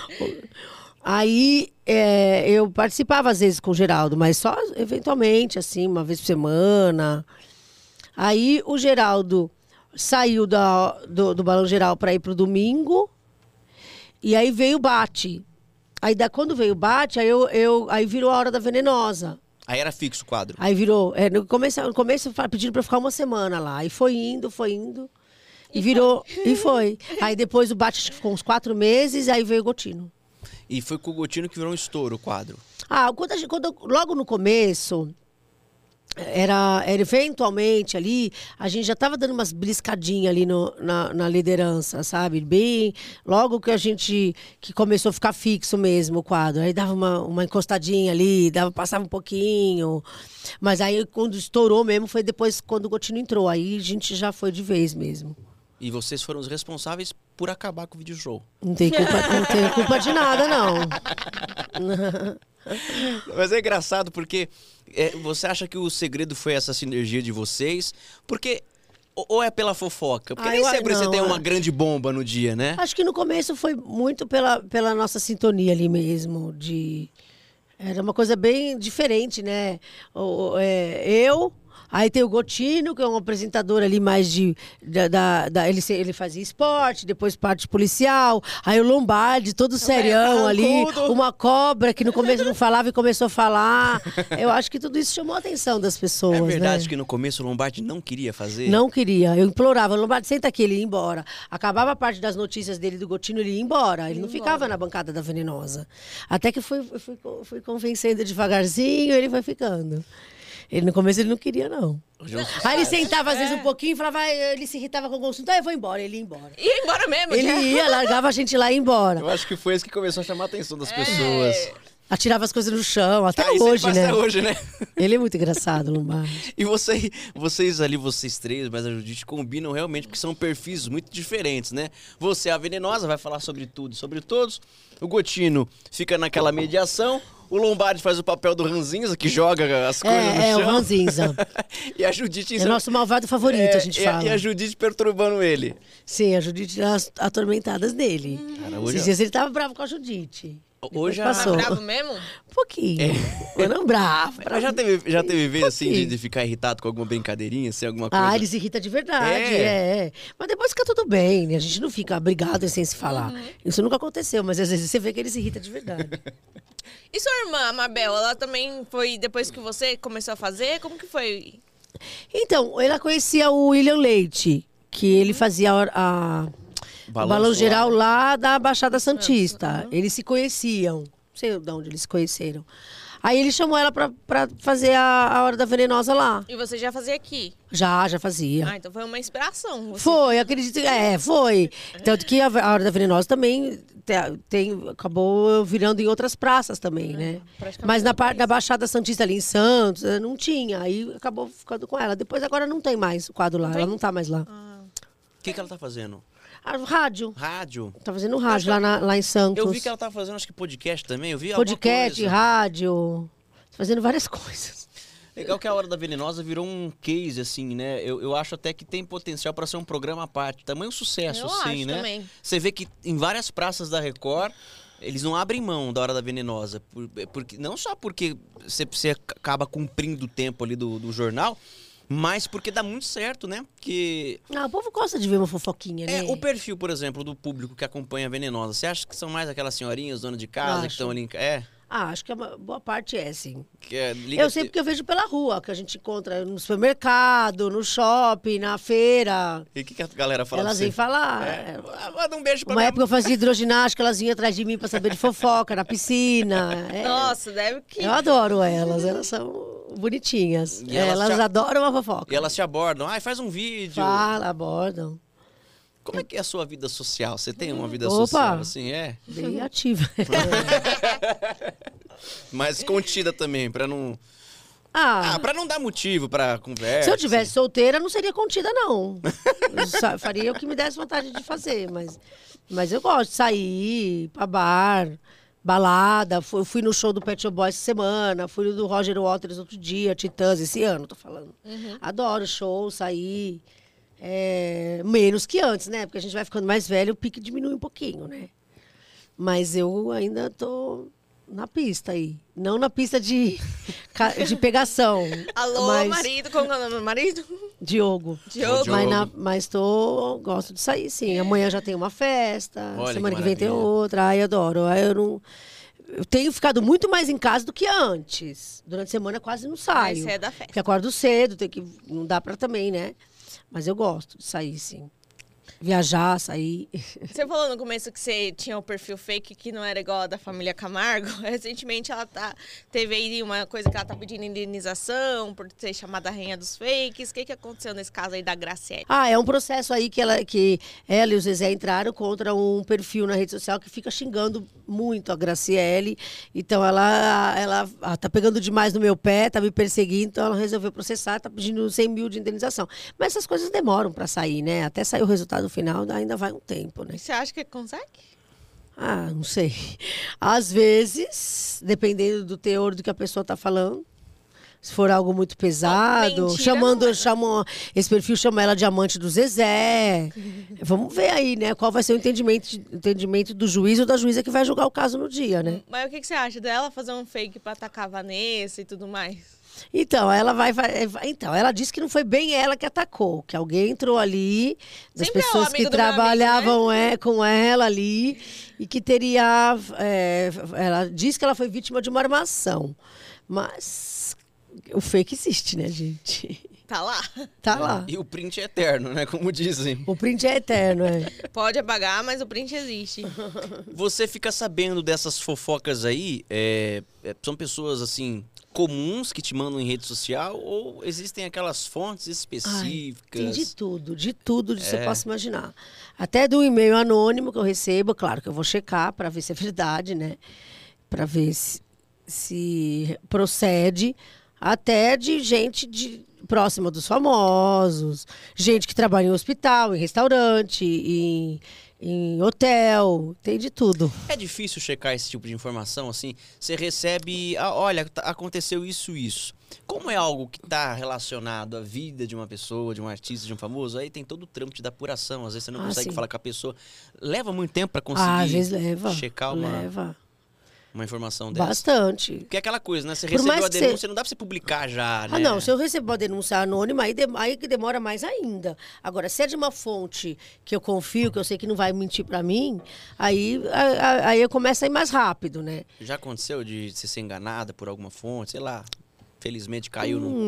Aí eu participava às vezes com o Geraldo, mas só eventualmente, assim, uma vez por semana. Aí o Geraldo saiu do Balão Geral para ir pro domingo. E aí veio o Bate. Aí quando veio o Bate, aí virou a Hora da Venenosa. Aí era fixo o quadro. Aí virou. No começo pediram pra eu ficar uma semana lá. E foi indo. E virou. E foi. Aí depois o Bate acho que ficou uns 4 meses, aí veio o Gotino. E foi com o Gotino que virou um estouro o quadro. Logo no começo, era eventualmente ali, a gente já estava dando umas bliscadinhas ali na liderança, sabe? Bem, logo que começou a ficar fixo mesmo o quadro. Aí dava uma encostadinha ali, passava um pouquinho. Mas aí quando estourou mesmo foi depois quando o Gotino entrou. Aí a gente já foi de vez mesmo. E vocês foram os responsáveis por acabar com o video show. Não tem culpa de nada, não. Mas é engraçado porque você acha que o segredo foi essa sinergia de vocês? Porque, ou é pela fofoca? Porque nem sempre você tem uma grande bomba no dia, né? Acho que no começo foi muito pela nossa sintonia ali mesmo. Era uma coisa bem diferente, né? Aí tem o Gotino, que é um apresentador ali mais ele fazia esporte, depois parte policial. Aí o Lombardi, todo serião ali. Uma cobra que no começo não falava e começou a falar. Eu acho que tudo isso chamou a atenção das pessoas, É verdade, né? que no começo o Lombardi não queria fazer? Não queria. Eu implorava. Lombardi, senta aqui, ele ia embora. Acabava a parte das notícias dele do Gotino, ele ia embora. Ele não ficava na bancada da Venenosa. Até que fui convencendo devagarzinho, ele foi ficando. No começo ele não queria, não. Aí ele sentava às vezes um pouquinho e falava, ele se irritava com o consultor, eu vou embora, ele ia embora. Ia embora mesmo? Ele ia, largava a gente lá e ia embora. Eu acho que foi isso que começou a chamar a atenção das pessoas. Atirava as coisas no chão, até Isso hoje, né? Até hoje, né? Ele é muito engraçado, Lombardi. E vocês ali, vocês três, mas a Judite, combinam realmente porque são perfis muito diferentes, né? Você, a Venenosa, vai falar sobre tudo e sobre todos. O Gotino fica naquela mediação. O Lombardi faz o papel do Ranzinza, que joga as coisas no chão. O Ranzinza. E a Judite... É nosso malvado favorito, a gente fala. E a Judite perturbando ele. Sim, a Judite as atormentadas dele. Cara, hoje... Esses dias ele tava bravo com a Judite. Hoje passou. Tá bravo mesmo? Um pouquinho. Mas não bravo. Mas já teve vez assim de ficar irritado com alguma brincadeirinha, assim, alguma coisa? Ele se irrita de verdade, Mas depois fica tudo bem, né? A gente não fica brigado sem se falar. Isso nunca aconteceu, mas às vezes você vê que ele se irrita de verdade. E sua irmã, a Mabel, ela também foi depois que você começou a fazer? Como que foi? Então, ela conhecia o William Leite, que ele fazia o Balão Geral lá da Baixada Santista. Eles se conheciam. Não sei de onde eles se conheceram. Aí ele chamou ela pra fazer a Hora da Venenosa lá. E você já fazia aqui? Já fazia. Então foi uma inspiração. Foi, acredito. Foi. Tanto que a Hora da Venenosa também acabou virando em outras praças também, né? Mas na parte da Baixada Santista ali em Santos, não tinha. Aí acabou ficando com ela. Depois agora não tem mais o quadro lá. Ela não tá mais lá. O que ela tá fazendo? Rádio. Rádio? Tá fazendo rádio lá em Santos. Eu vi que ela tava fazendo, acho que podcast também. Eu vi podcast, rádio. Tá fazendo várias coisas. Legal que a Hora da Venenosa virou um case, assim, né? Eu acho até que tem potencial para ser um programa à parte. Tamanho sucesso, eu assim, acho né? Também. Você vê que em várias praças da Record, eles não abrem mão da Hora da Venenosa. Porque, não só porque você acaba cumprindo o tempo ali do jornal, mas porque dá muito certo, né? Porque... o povo gosta de ver uma fofoquinha, né? O perfil, por exemplo, do público que acompanha a Venenosa, você acha que são mais aquelas senhorinhas, donas de casa, que estão ali em casa? Acho que a boa parte é, sim. Liga... Eu sei porque eu vejo pela rua, que a gente encontra no supermercado, no shopping, na feira. E o que a galera fala? Elas vêm falar. Manda um beijo pra Uma época eu fazia hidroginástica, elas vinham atrás de mim pra saber de fofoca, na piscina. Nossa, deve que... Eu adoro elas são bonitinhas. E elas adoram uma fofoca. E elas te abordam. Faz um vídeo. Abordam. Como é que é a sua vida social? Você tem uma vida social assim, Bem ativa. Mas contida também, pra não... pra não dar motivo pra conversa. Se eu tivesse solteira, não seria contida, não. Eu faria o que me desse vontade de fazer, mas eu gosto de sair pra bar, balada. Fui no show do Pet Shop Boys essa semana, fui no do Roger Waters outro dia, Titãs, esse ano, tô falando. Adoro show, sair... menos que antes, né? Porque a gente vai ficando mais velho, o pique diminui um pouquinho, né? Mas eu ainda tô na pista aí. Não na pista de pegação. Alô, mas... marido, como é o nome do marido? Diogo. Diogo. Mas gosto de sair, sim. Amanhã já tem uma festa, Olha, semana que que vem tem maravilha. outra. Ai, adoro. Aí eu tenho ficado muito mais em casa do que antes. Durante a semana eu quase não saio. Você é da festa. Porque acordo cedo, não dá pra também, né? Mas eu gosto de sair, sim. Viajar, sair. Você falou no começo que você tinha o perfil fake que não era igual a da família Camargo. Recentemente ela teve aí uma coisa que ela tá pedindo indenização por ser chamada rainha dos fakes. O que aconteceu nesse caso aí da Graciele? É um processo aí que ela e o Zezé entraram contra um perfil na rede social que fica xingando muito a Graciele. Então ela tá pegando demais no meu pé, tá me perseguindo, então ela resolveu processar, tá pedindo 100 mil de indenização. Mas essas coisas demoram pra sair, né? Até sair o resultado final ainda vai um tempo, né? Você acha que consegue? Não sei. Às vezes, dependendo do teor do que a pessoa tá falando, se for algo muito pesado, esse perfil chama ela de amante do Zezé. Vamos ver aí, né? Qual vai ser o entendimento do juiz ou da juíza que vai julgar o caso no dia, né? Mas o que você acha dela fazer um fake pra atacar a Vanessa e tudo mais? Então, ela disse que não foi bem ela que atacou, que alguém entrou ali, das Sempre é o pessoas amigo que do meu amigo, trabalhavam com ela ali, e que teria... ela disse que ela foi vítima de uma armação. Mas o fake existe, né, gente? Tá lá. Tá lá. E o print é eterno, né? Como dizem. O print é eterno, Pode apagar, mas o print existe. Você fica sabendo dessas fofocas aí? São pessoas, assim, comuns que te mandam em rede social? Ou existem aquelas fontes específicas? Tem de tudo você possa imaginar. Até do e-mail anônimo que eu recebo, claro que eu vou checar para ver se é verdade, né? Para ver se procede. Até de gente próxima dos famosos, gente que trabalha em hospital, em restaurante, em hotel, tem de tudo. É difícil checar esse tipo de informação, assim? Você recebe, olha, aconteceu isso. Como é algo que está relacionado à vida de uma pessoa, de um artista, de um famoso, aí tem todo o trâmite da apuração. Às vezes você não consegue falar com a pessoa. Leva muito tempo para conseguir às vezes leva, checar uma informação dessa. Bastante. Porque é aquela coisa, né? Você recebeu a denúncia, não dá pra você publicar já, né? Não. Se eu recebo a denúncia anônima, aí que demora mais ainda. Agora, se é de uma fonte que eu confio, que eu sei que não vai mentir pra mim, aí eu começo a ir mais rápido, né? Já aconteceu de você ser enganada por alguma fonte? Sei lá, felizmente caiu no...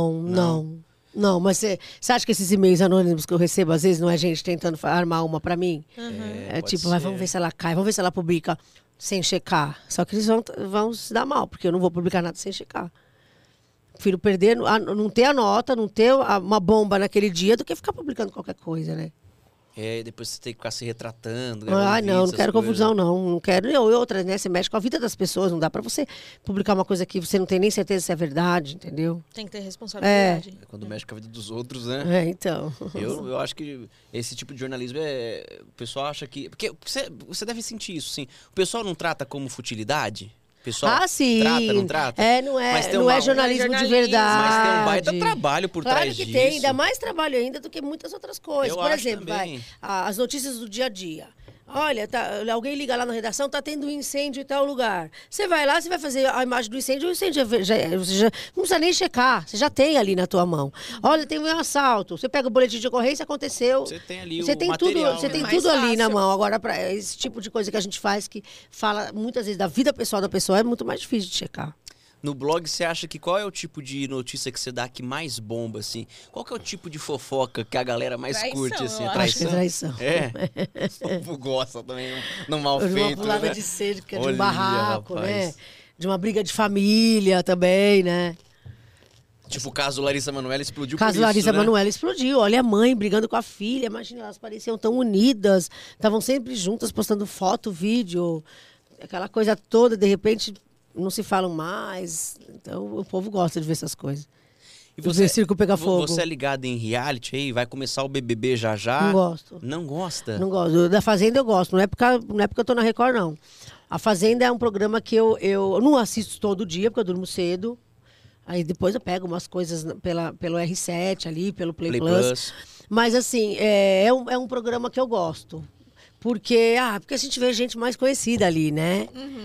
Não, mas você acha que esses e-mails anônimos que eu recebo, às vezes, não é gente tentando armar uma pra mim? É tipo, vamos ver se ela cai, vamos ver se ela publica sem checar. Só que eles vão se dar mal, porque eu não vou publicar nada sem checar. Prefiro perder, não ter a nota, não ter uma bomba naquele dia, do que ficar publicando qualquer coisa, né? Depois você tem que ficar se retratando. Não quero confusão, não quero. E outra, né? Você mexe com a vida das pessoas, não dá pra você publicar uma coisa que você não tem nem certeza se é verdade, entendeu? Tem que ter responsabilidade. Quando mexe com a vida dos outros, né? Então. Eu acho que esse tipo de jornalismo o pessoal acha que... Porque você deve sentir isso, sim. O pessoal não trata como futilidade? O pessoal sim. trata, não trata? Não é jornalismo de verdade. Mas tem um baita trabalho por trás disso. Claro que tem, ainda mais trabalho ainda do que muitas outras coisas. Por exemplo, as notícias do dia a dia. Olha, alguém liga lá na redação, tá tendo um incêndio em tal lugar. Você vai lá, você vai fazer a imagem do incêndio, o incêndio você já não precisa nem checar, você já tem ali na tua mão. Olha, tem um assalto, você pega o boletim de ocorrência, aconteceu. Você tem ali você o tem material. Você tem mais tudo ali na fácil. mão. Agora, para esse tipo de coisa que a gente faz, que fala muitas vezes da vida pessoal da pessoa, é muito mais difícil de checar. No blog, você acha que qual é o tipo de notícia que você dá que mais bomba, assim? Qual que é o tipo de fofoca que a galera mais curte, assim? eu A Acho que é traição? traição. O povo gosta também, no mal De uma feito, pulada né? de cerca, de Olha, um barraco, rapaz. né? De uma briga de família também, né? Tipo, o caso Larissa Manoela explodiu O caso por isso, Larissa né? Manoela explodiu. Olha a mãe brigando com a filha. Imagina, elas pareciam tão unidas. Estavam sempre juntas, postando foto, vídeo. Aquela coisa toda, de repente, não se falam mais. Então, o povo gosta de ver essas coisas. E Ver circo pegar fogo. Você é ligado em reality aí? Vai começar o BBB já já? Não gosto. Não gosta? Não gosto. Da Fazenda eu gosto. Não é porque eu tô na Record, não. A Fazenda é um programa que eu não assisto todo dia, porque eu durmo cedo. Aí depois eu pego umas coisas pelo R7 ali, pelo Play Plus. Mas assim, é um programa que eu gosto. Porque a gente vê gente mais conhecida ali, né?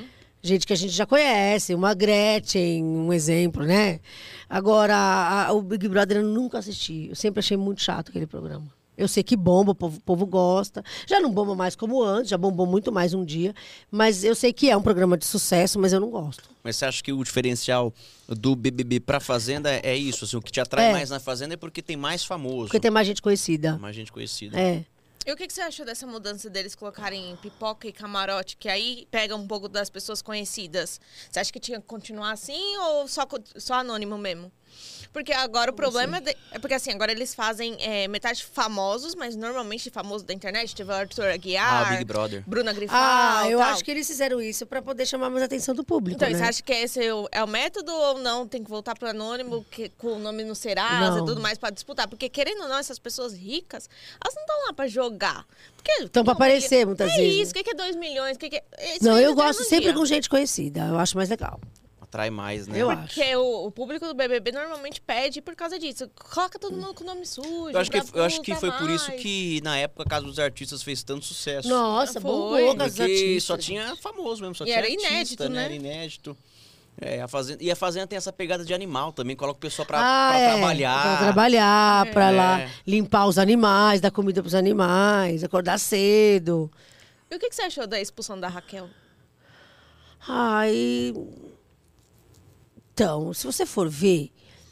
gente que a gente já conhece, uma Gretchen, um exemplo, né? Agora, o Big Brother eu nunca assisti. Eu sempre achei muito chato aquele programa. Eu sei que bomba, o povo gosta. Já não bomba mais como antes, já bombou muito mais um dia. Mas eu sei que é um programa de sucesso, mas eu não gosto. Mas você acha que o diferencial do BBB pra Fazenda é isso? Assim, o que te atrai É. mais na Fazenda é porque tem mais famoso. Porque tem mais gente conhecida. Mais gente conhecida. É. E o que você achou dessa mudança deles colocarem pipoca e camarote, que aí pega um pouco das pessoas conhecidas? Você acha que tinha que continuar assim ou só anônimo mesmo? Porque agora o problema é porque assim, agora eles fazem metade famosos, mas normalmente famoso da internet. Teve o Arthur Aguiar, Ah, o Big Brother. Bruna Grifal. Eu tal. acho que eles fizeram isso pra poder chamar mais a atenção do público, Então, né? você acha que esse é o método ou não? Tem que voltar pro anônimo, com o nome no Serasa Não. e tudo mais pra disputar? Porque, querendo ou não, essas pessoas ricas, elas não estão lá pra jogar. Estão pra aparecer muitas é vezes. isso, o que é 2 milhões? O que é... Isso Não, aí eu não tem gosto no sempre dia. com gente conhecida. Eu acho mais legal. Atrai mais, né? Eu acho. Porque o público do BBB normalmente pede por causa disso. Coloca todo mundo com o nome sujo. Eu acho que pra foi por isso mais. que, na época, a Casa dos Artistas fez tanto sucesso. Nossa, Foi. bombou com os Porque artistas. só tinha famoso mesmo, só E tinha era artista, inédito, né? Era inédito. É, e a Fazenda tem essa pegada de animal também, coloca o pessoal pra trabalhar. Pra trabalhar, pra É. lá limpar os animais, dar comida pros animais, acordar cedo. E o que você achou da expulsão da Raquel? Ai. Então, se você for ver,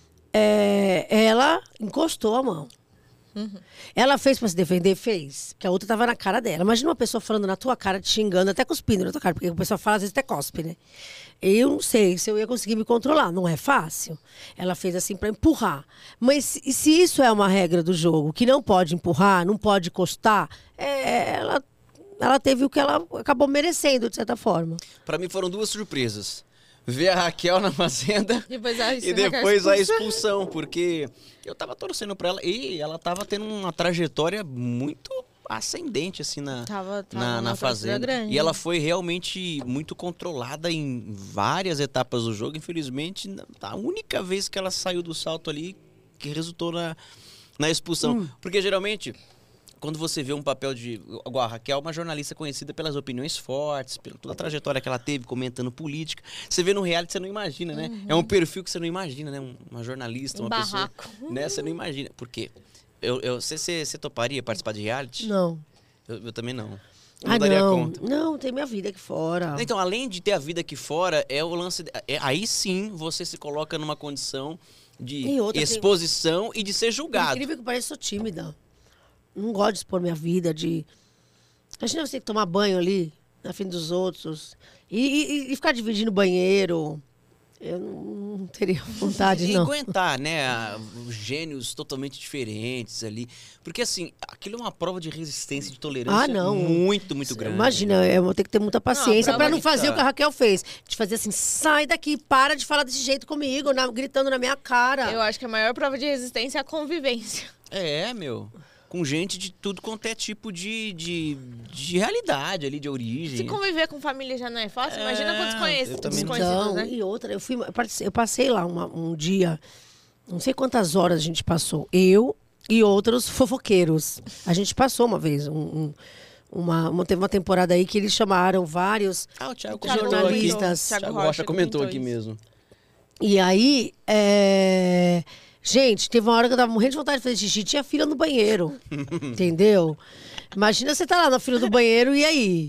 ela encostou a mão. Ela fez pra se defender? Fez. Que a outra tava na cara dela. Imagina uma pessoa falando na tua cara, te xingando, até cuspindo na tua cara, porque o pessoal fala, às vezes até cospe, né? Eu não sei se eu ia conseguir me controlar. Não é fácil. Ela fez assim pra empurrar. Mas e se isso é uma regra do jogo, que não pode empurrar, não pode encostar, ela teve o que ela acabou merecendo, de certa forma. Pra mim foram duas surpresas. Ver a Raquel na Fazenda Depois e depois a expulsão, porque eu tava torcendo pra ela e ela tava tendo uma trajetória muito ascendente, assim, Tava na uma torcida Fazenda. grande. E ela foi realmente muito controlada em várias etapas do jogo. Infelizmente, a única vez que ela saiu do salto ali, que resultou na expulsão. Porque geralmente, quando você vê um papel de... Igual a Raquel, uma jornalista conhecida pelas opiniões fortes, pela toda a trajetória que ela teve, comentando política. Você vê no reality, você não imagina, né? É um perfil que você não imagina, né? Uma jornalista, uma barraco. pessoa... Né? Você não imagina. Por quê? Você toparia participar de reality? Não. Eu também não. Ah, daria não. conta. Não, tem minha vida aqui fora. Então, além de ter a vida aqui fora, é o lance... aí sim, você se coloca numa condição de E outra, exposição e de ser julgado. Incrível que pareça, sou tímida. Não gosto de expor minha vida, de... Imagina você tomar banho ali, na frente dos outros, e ficar dividindo banheiro. Eu não teria vontade, E não. aguentar, né? Gênios totalmente diferentes ali. Porque, assim, aquilo é uma prova de resistência e de tolerância não. muito, muito grande. Imagina, eu vou ter que ter muita paciência Não, pra não que fazer tá. o que a Raquel fez. De fazer assim, sai daqui, para de falar desse jeito comigo, gritando na minha cara. Eu acho que a maior prova de resistência é a convivência. É, meu. Com gente de tudo quanto é tipo de realidade ali, de origem. Se conviver com família já não é fácil, imagina com eu também não. desconhecidos, Então, né? e outra, eu passei lá um dia, não sei quantas horas a gente passou, eu e outros fofoqueiros. A gente passou uma vez, teve uma temporada aí que eles chamaram vários O Thiago Thiago comentou aqui. jornalistas. Thiago Thiago Rocha Rocha comentou comentou aqui isso. mesmo. E aí, gente, teve uma hora que eu tava morrendo de vontade de fazer xixi, tinha fila no banheiro, entendeu? Imagina você tá lá na fila do banheiro e aí?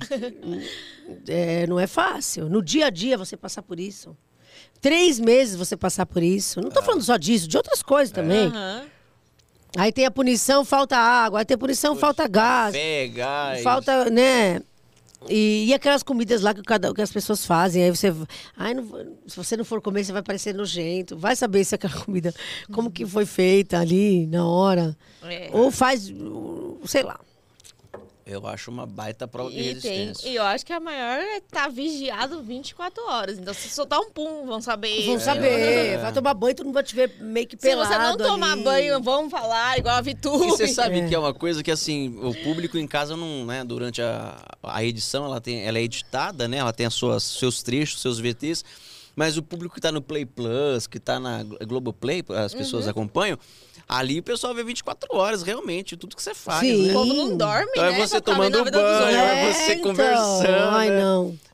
Não é fácil. No dia a dia você passar por isso. 3 meses você passar por isso. Não tô falando só disso, de outras coisas também. Aham. Aí tem a punição, falta água. Aí tem a punição, falta gás. Café, gás. Falta, né? E aquelas comidas lá que as pessoas fazem. Aí você... se você não for comer, você vai parecer nojento. Vai saber se aquela comida... Como que foi feita ali, na hora. É. Ou faz... Sei lá. Eu acho uma baita prova de E resistência. eu acho que a maior é estar vigiado 24 horas. Então, se soltar um pum, vão saber. Vão saber. Vai tomar banho, todo mundo vai te ver meio que Se pelado você não tomar ali. banho, vão falar igual a Vitube. E você sabe que é uma coisa que, assim, o público em casa não, né, durante a edição, ela é editada, né, ela tem seus trechos, seus VTs, mas o público que tá no Play Plus, que tá na Globoplay, as pessoas acompanham, ali o pessoal vê 24 horas, realmente, tudo que você faz, Sim. né? O povo não dorme, Então né? é você pra ficar vendo tomando a vida dos banho, outros. é você então. conversando. Ai, né? não.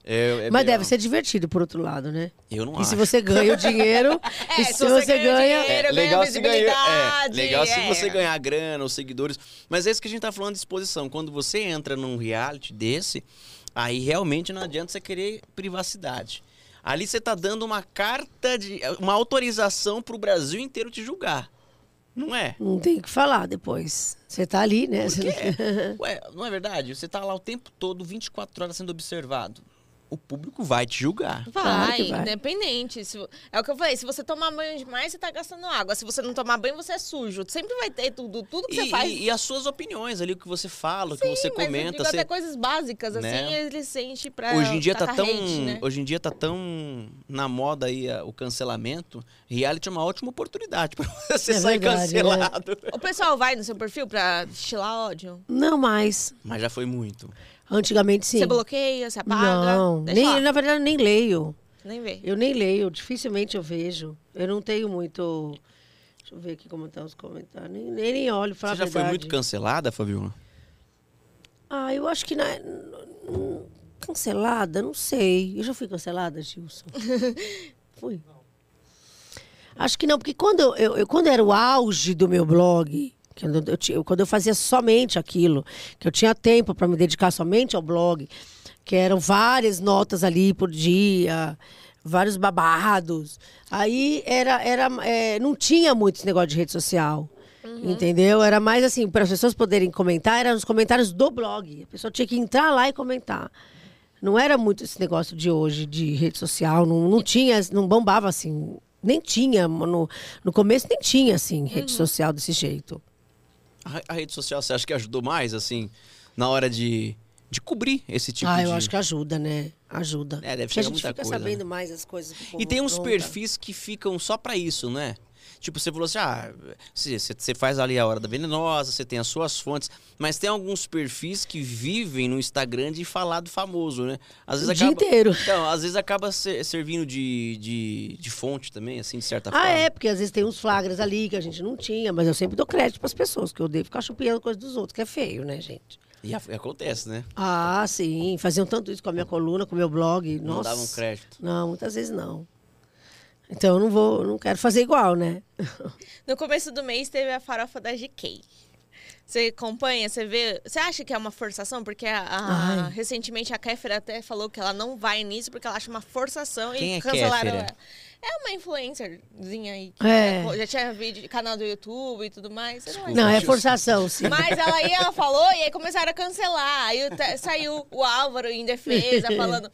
Mas deve ser divertido, por outro lado, né? Eu não E acho. se você ganha o dinheiro, e se você ganha... dinheiro, legal ganha se ganhar, visibilidade. legal se você ganhar grana, os seguidores. Mas é isso que a gente tá falando de exposição. Quando você entra num reality desse, aí realmente não adianta você querer privacidade. Ali você tá dando uma carta uma autorização pro Brasil inteiro te julgar. Não é? Não tem o que falar depois. Você tá ali, né? Por quê? Ué, não é verdade? Você tá lá o tempo todo, 24 horas sendo observado. O público vai te julgar. Claro que vai. Independente. É o que eu falei, se você tomar banho demais, você tá gastando água. Se você não tomar banho, você é sujo. Sempre vai ter tudo que você faz. E as suas opiniões ali, o que você fala, o que você Mas eu comenta. digo até coisas básicas, assim, né? eles sentem pra Hoje em dia tá tacar tão, hate, né? hoje em dia tá tão na moda aí o cancelamento. Reality é uma ótima oportunidade pra você sair verdade, cancelado. O pessoal vai no seu perfil pra destilar ódio? Não mais. Mas já foi muito. Antigamente, sim. Você bloqueia, você apaga? Não, Deixa lá. na verdade, eu nem leio. Nem vê. Eu nem leio, dificilmente eu vejo. Eu não tenho muito... Deixa eu ver aqui como estão os comentários. Nem olho, falar Você a já foi verdade. muito cancelada, Fabiola? Ah, eu acho que... Cancelada? Não sei. Eu já fui cancelada, Gilson? Fui. Acho que não, porque quando era o auge do meu blog... Quando eu fazia somente aquilo, que eu tinha tempo para me dedicar somente ao blog, que eram várias notas ali por dia, vários babados. Aí não tinha muito esse negócio de rede social, entendeu? Era mais assim, para as pessoas poderem comentar, eram os comentários do blog. A pessoa tinha que entrar lá e comentar. Não era muito esse negócio de hoje, de rede social, não tinha, não bombava assim. Nem tinha, no começo nem tinha, assim, rede social desse jeito. A rede social, você acha que ajudou mais, assim, na hora de cobrir esse tipo de... Eu acho que ajuda, né? Ajuda. Deve Porque a chegar gente muita fica coisa, sabendo né? mais as coisas do povo E tem uns pronta. perfis que ficam só pra isso, né? Tipo, você falou assim, você faz ali a Hora da Venenosa, você tem as suas fontes, mas tem alguns perfis que vivem no Instagram de falar do famoso, né? Às vezes O dia inteiro. Então, às vezes acaba servindo de fonte também, assim, de certa forma. Porque às vezes tem uns flagras ali que a gente não tinha, mas eu sempre dou crédito pras pessoas, que eu odeio ficar chupinhando coisa dos outros, que é feio, né, gente? E acontece, né? Ah, sim. Faziam tanto isso com a minha coluna, com o meu blog. Não Nossa. davam crédito. Não, muitas vezes não. Então eu não quero fazer igual, né? No começo do mês teve a farofa da GK. Você acompanha, você vê... Você acha que é uma forçação? Porque recentemente a Kéfera até falou que ela não vai nisso porque ela acha uma forçação. Quem e é cancelaram Kéfera? ela. É uma influencerzinha aí. Que já tinha vídeo, canal do YouTube e tudo mais. Você não Não, é forçação, sim. Mas ela falou e aí começaram a cancelar. Aí saiu o Álvaro em defesa, falando...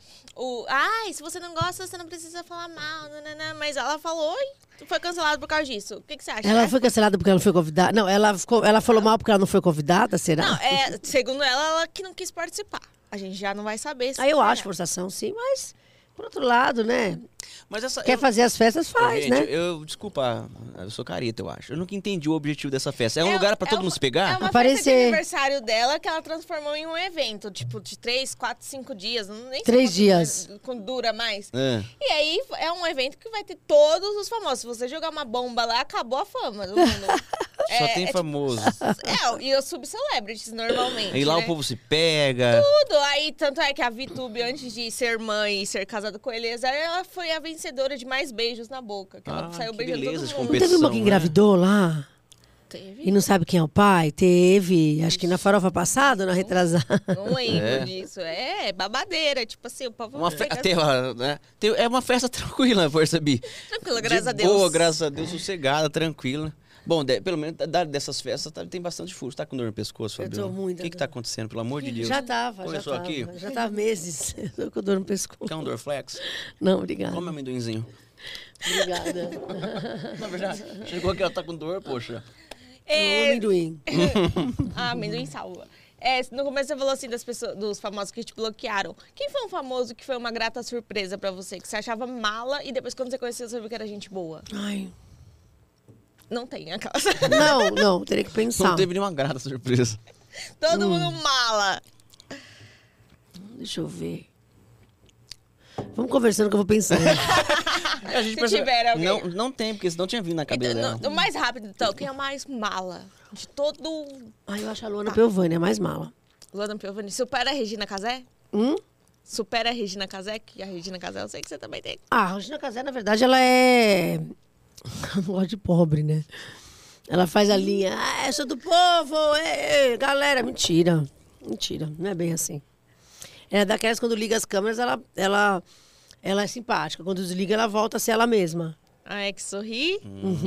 se você não gosta, você não precisa falar mal. Nanana. Mas ela falou e foi cancelada por causa disso. O que você acha? Ela foi cancelada porque ela não foi convidada? Não, ela falou mal porque ela não foi convidada, será? Não, segundo ela que não quis participar. A gente já não vai saber se Eu foi acho ela. forçação, sim, mas... Por outro lado, né? Mas Quer fazer as festas, faz, gente, né? Desculpa, eu sou careta, eu acho. Eu nunca entendi o objetivo dessa festa. É um lugar pra todo mundo se É pegar? uma festa de Aparecer. aniversário dela que ela transformou em um evento, tipo, de 3, 4, 5 dias. Nem sei 3 quanto dias. Dura mais. É. E aí é um evento que vai ter todos os famosos. Se você jogar uma bomba lá, acabou a fama do mundo. Só tem famoso. E os subcelebrities, normalmente. E lá né? o povo se pega. Tudo. Aí, tanto é que a VTube, antes de ser mãe e ser casada com Eliezer, ela foi a vencedora de mais beijos na boca. Que ela saiu que beijando beleza de todo mundo. Não teve uma que né? engravidou lá? Teve? E não sabe quem é o pai? Teve. Acho que na farofa passada, na retrasada. Não lembro disso. É babadeira. Tipo assim, o povo Né? É uma festa tranquila, eu percebi. Tranquila, graças a De Deus. boa, graças a Deus, sossegada, tranquila. Bom, pelo menos dessas festas tem bastante furo. Você tá com dor no pescoço, Eu tô Fabiola? muito O que tá acontecendo, pelo amor de Deus? Já tava, Começou já tava. aqui? Já tava meses. Eu tô com dor no pescoço. Quer um Dorflex? Não, obrigada. Come amendoinzinho. Obrigada. Na verdade, chegou aqui, ela tá com dor, poxa. Um amendoim. Amendoim salva. No começo você falou assim dos famosos que te bloquearam. Quem foi um famoso que foi uma grata surpresa pra você? Que você achava mala e depois quando você conheceu você viu que era gente boa? Ai. Não tem aquela. Não, teria que pensar. Não teve nenhuma grata surpresa. Todo mundo mala. Deixa eu ver. Vamos conversando que eu vou pensando. A gente Se tiver alguém. Não tem, porque senão tinha vindo na cabeça dela. O mais rápido, então, quem é o mais mala? De todo. Ai, eu acho a Luana Piovani a mais mala. Luana Piovani. Seu pai era Regina Casé? supera a Regina Casé? Que a Regina Casé eu sei que você também tem. A Regina Casé, na verdade, ela é... Não gosto de pobre, né? Ela faz a linha, eu sou do povo, galera. Mentira, não é bem assim. É daquelas, quando liga as câmeras, ela é simpática. Quando desliga, ela volta a ser ela mesma. Ah, é que sorri?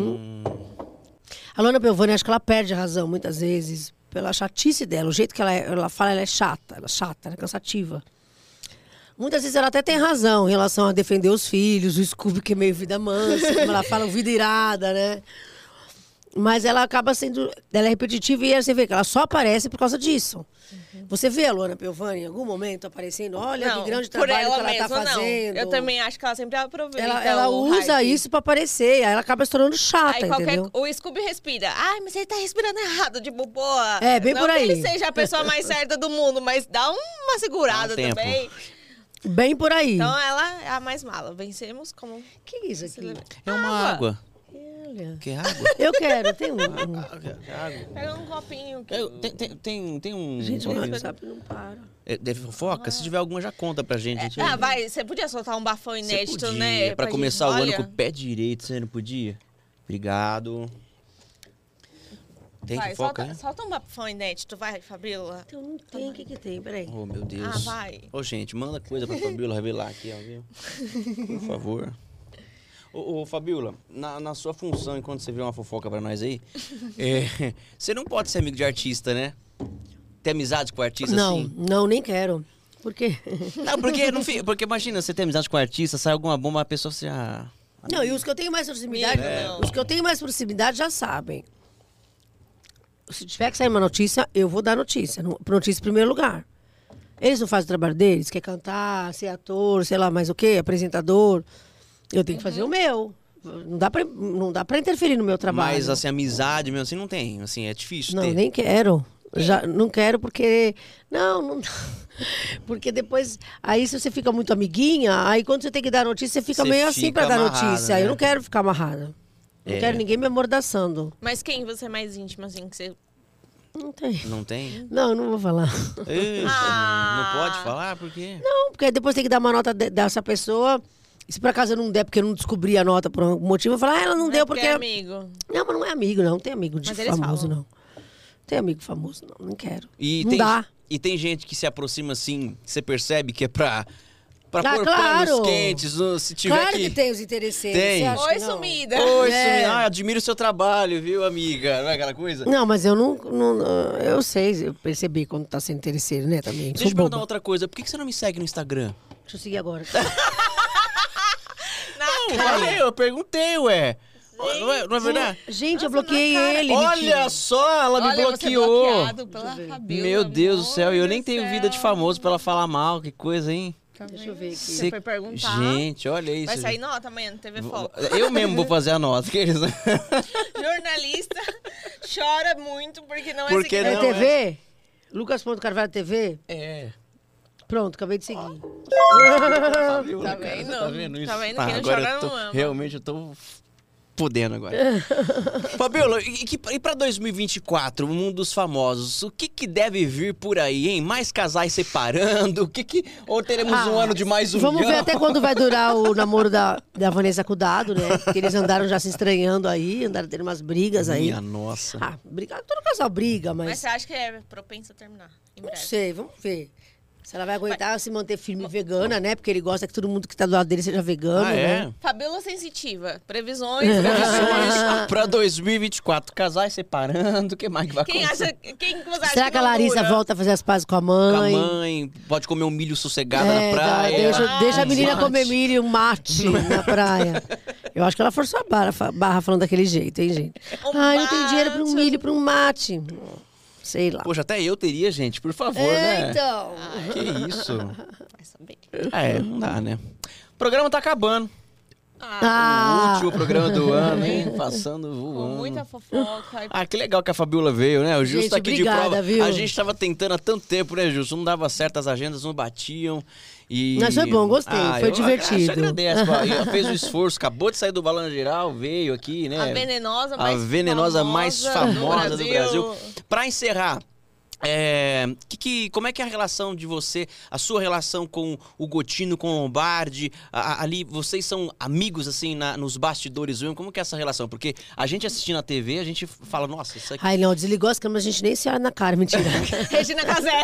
A Luana Piovani, acho que ela perde a razão, muitas vezes, pela chatice dela. O jeito que ela fala, ela é chata, ela é cansativa. Muitas vezes ela até tem razão em relação a defender os filhos, o Scooby que é meio vida mansa, como ela fala, vida irada, né? Mas ela acaba sendo... Ela é repetitiva e aí você vê que ela só aparece por causa disso. Você vê a Luana Piovani em algum momento aparecendo, olha que grande trabalho que ela tá fazendo. Eu também acho que ela sempre aproveita. Ela usa hype. isso pra aparecer, aí ela acaba se tornando chata, Aí entendeu? o Scooby respira. Ai, mas ele tá respirando errado, tipo, boa. É, bem não por aí. que ele seja a pessoa mais certa do mundo, mas dá uma segurada Dá um tempo. também. Bem por aí. Então ela é a mais mala. Vencemos como... Que isso aqui? É uma água. Olha. Que água? Eu quero, tem um... Água. Pega um copinho. Que... Tem um... Gente, o WhatsApp não para. Deve fofoca? Se tiver alguma, já conta pra gente. gente. vai. Você podia soltar um bafão Você inédito, podia, né? Pra começar o ano olha. com o pé direito, você não podia? Obrigado. Tem Vai, fofoca, né? solta um bafão inédito, vai, Fabíola. Então não tem, o que tem? Peraí. Oh, meu Deus. Vai. Ô, gente, manda coisa pra Fabiola revelar aqui, ó, viu? Por favor. Ô, Fabiola, na sua função, enquanto você vê uma fofoca pra nós aí, você não pode ser amigo de artista, né? Ter amizade com artista assim? Não, nem quero. Por quê? Não, porque imagina, você ter amizade com artista, sai alguma bomba, a pessoa se... Não, e os que eu tenho mais proximidade, Não. os que eu tenho mais proximidade já sabem. Se tiver que sair uma notícia, eu vou dar notícia. Notícia em primeiro lugar. Eles não fazem o trabalho deles, quer cantar, ser ator, sei lá mais o quê, apresentador. Eu tenho que fazer o meu. Não dá pra interferir no meu trabalho. Mas, assim, amizade mesmo assim não tem. Assim, é difícil Não, ter. nem quero. Já, não quero porque... Não dá. Porque depois... Aí se você fica muito amiguinha, aí quando você tem que dar notícia, você fica Você meio assim fica pra dar amarrada, notícia. né? Eu não quero ficar amarrada. Não quero ninguém me amordaçando. Mas quem você é mais íntimo, assim, que você... Não tem. Não tem? Não, não vou falar. Eita, Ah. não pode falar? Por quê? Não, porque depois tem que dar uma nota dessa pessoa. E se por acaso eu não der, porque eu não descobri a nota por algum motivo, eu vou falar, ela não deu porque... é amigo. Não, mas não é amigo, não. Não tem amigo de Mas eles famoso, falam. não. Não tem amigo famoso, não. Não quero. E não tem, dá. E tem gente que se aproxima assim, você percebe que é pra pôr claro. panos quentes, se tiver Claro que tem os interesseiros. Tem. Você acha Oi, que não? sumida. Oi, É. Sumida. Admiro o seu trabalho, viu, amiga? Não é aquela coisa? Não, mas eu não... Eu sei, eu percebi quando tá sendo interesseiro, né, também. Deixa Sou eu perguntar boba. outra coisa. Por que você não me segue no Instagram? Deixa eu seguir agora. Não, falei, eu perguntei, ué. Não é verdade? Gente, eu Nossa, bloqueei na cara. ele. Olha mentira. só, ela me Olha, bloqueou. Você bloqueado pela Fabiola, Meu Deus do céu, e eu nem amor tenho do vida de céu. famoso pra ela falar mal, que coisa, hein? Deixa eu ver aqui. Você foi perguntar. Gente, olha isso. Vai sair nota amanhã no TV Foco. Eu mesmo vou fazer a nota. Jornalista chora muito porque não é Porque É seguidor. não, TV? Lucas.Carvalho TV? É. Pronto, acabei de seguir. Tá vendo? Tá vendo isso? Tá vendo? Ah, Quem não agora chora eu tô, não ama. realmente eu tô podendo agora. Fabiola, e pra 2024, o mundo dos famosos, o que deve vir por aí, hein? Mais casais separando? Ou teremos um ano de mais um Vamos ver até quando vai durar o namoro da Vanessa com o Dado, né? Porque eles andaram já se estranhando aí, andaram tendo umas brigas aí. Minha nossa. Ah, brigar, todo casal briga, Mas mas você acha que é propenso a terminar em não breve? sei, vamos ver. Se ela vai aguentar se manter firme e vegana, né? Porque ele gosta que todo mundo que tá do lado dele seja vegano, Ah, é? né? Fabiola sensitiva. Previsões. Previsões pra 2024, casais separando, o que mais que vai Quem acontecer? acha... Quem que você acha Será que a não Larissa dura? volta a fazer as pazes com a Com a mãe? mãe, pode comer um milho sossegado na É, praia. deixa a menina Mate. comer milho e um mate na praia. Eu acho que ela forçou a barra falando daquele jeito, hein, gente? Um Ai, não tem dinheiro pra um mate. milho, pra um mate. Sei lá. Poxa, até eu teria, gente, por favor, né? Então. Que isso? Vai saber. Não dá, né? O programa tá acabando. O Ah, último programa do ano, hein? Passando, Com voando. muita fofoca. Ah, que legal que a Fabiola veio, né? O Justo Gente, tá aqui obrigada, de prova. viu? A gente tava tentando há tanto tempo, né, Justo? Não dava certo, as agendas não batiam. E... Mas foi bom, gostei, foi divertido. Te agradeço. Pô. Ela fez o esforço, acabou de sair do Balanço Geral, veio aqui, né? A venenosa A venenosa mais famosa do Brasil. Pra encerrar, Como é que é a relação de você, a sua relação com o Gotino, com o Lombardi? Ali, vocês são amigos, assim, nos bastidores? Como que é essa relação? Porque a gente assistindo a TV, a gente fala, nossa, isso aqui... Ai, não, desligou as câmeras, a gente nem se olha na cara, mentira. Regina Casé.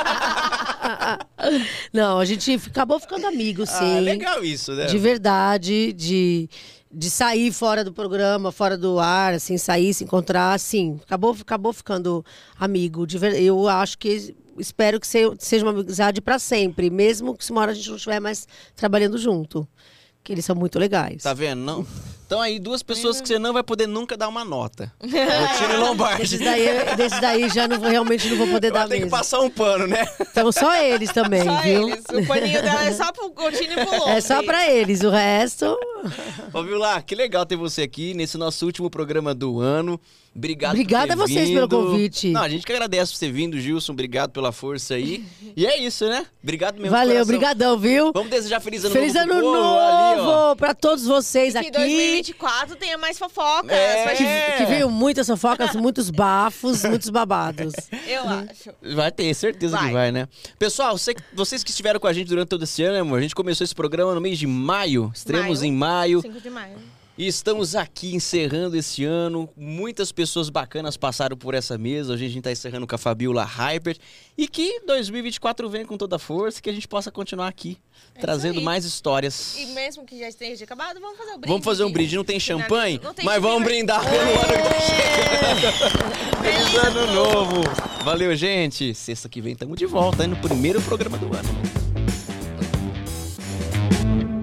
Não, a gente acabou ficando amigo, sim. Legal isso, né? De verdade, de sair fora do programa, fora do ar, assim, sair, se encontrar, assim, acabou ficando amigo. Eu acho que, espero que seja uma amizade para sempre, mesmo que se uma hora a gente não estiver mais trabalhando junto. Que eles são muito legais. Tá vendo? Não? Então aí, duas pessoas que você não vai poder nunca dar uma nota. Gotino e Lombardi. Desses daí já realmente não vou poder dar mesmo. Tem que passar um pano, né? Então só eles também, só viu? Eles. O paninho dela é só pro Gotino e pro Lombardi. É só pra eles, o resto... Ô, Vilá, que legal ter você aqui nesse nosso último programa do ano. Obrigada por ter a vocês vindo. pelo convite. Não, a gente que agradece por ter vindo, Gilson. Obrigado pela força aí. E é isso, né? Obrigado mesmo. Valeu, obrigadão, viu? Vamos desejar feliz ano novo. Feliz ano novo pra todos vocês aqui. Que 2024 tenha mais fofocas. Que veio muitas fofocas, muitos bafos, muitos babados. Eu acho. Vai ter, certeza que vai, né? Pessoal, vocês que estiveram com a gente durante todo esse ano, né, amor? A gente começou esse programa no mês de maio. Estreamos em maio. 5 de maio. E estamos aqui encerrando esse ano. Muitas pessoas bacanas passaram por essa mesa. Hoje a gente está encerrando com a Fabiola Hyper. E que 2024 venha com toda a força, que a gente possa continuar aqui, trazendo mais histórias. E mesmo que já esteja acabado, vamos fazer o brinde. Vamos fazer um brinde. Não tem champanhe, não tem mas vamos brindar pelo ano que tá chegando. Feliz ano novo. Valeu, gente. Sexta que vem estamos de volta, no primeiro programa do ano.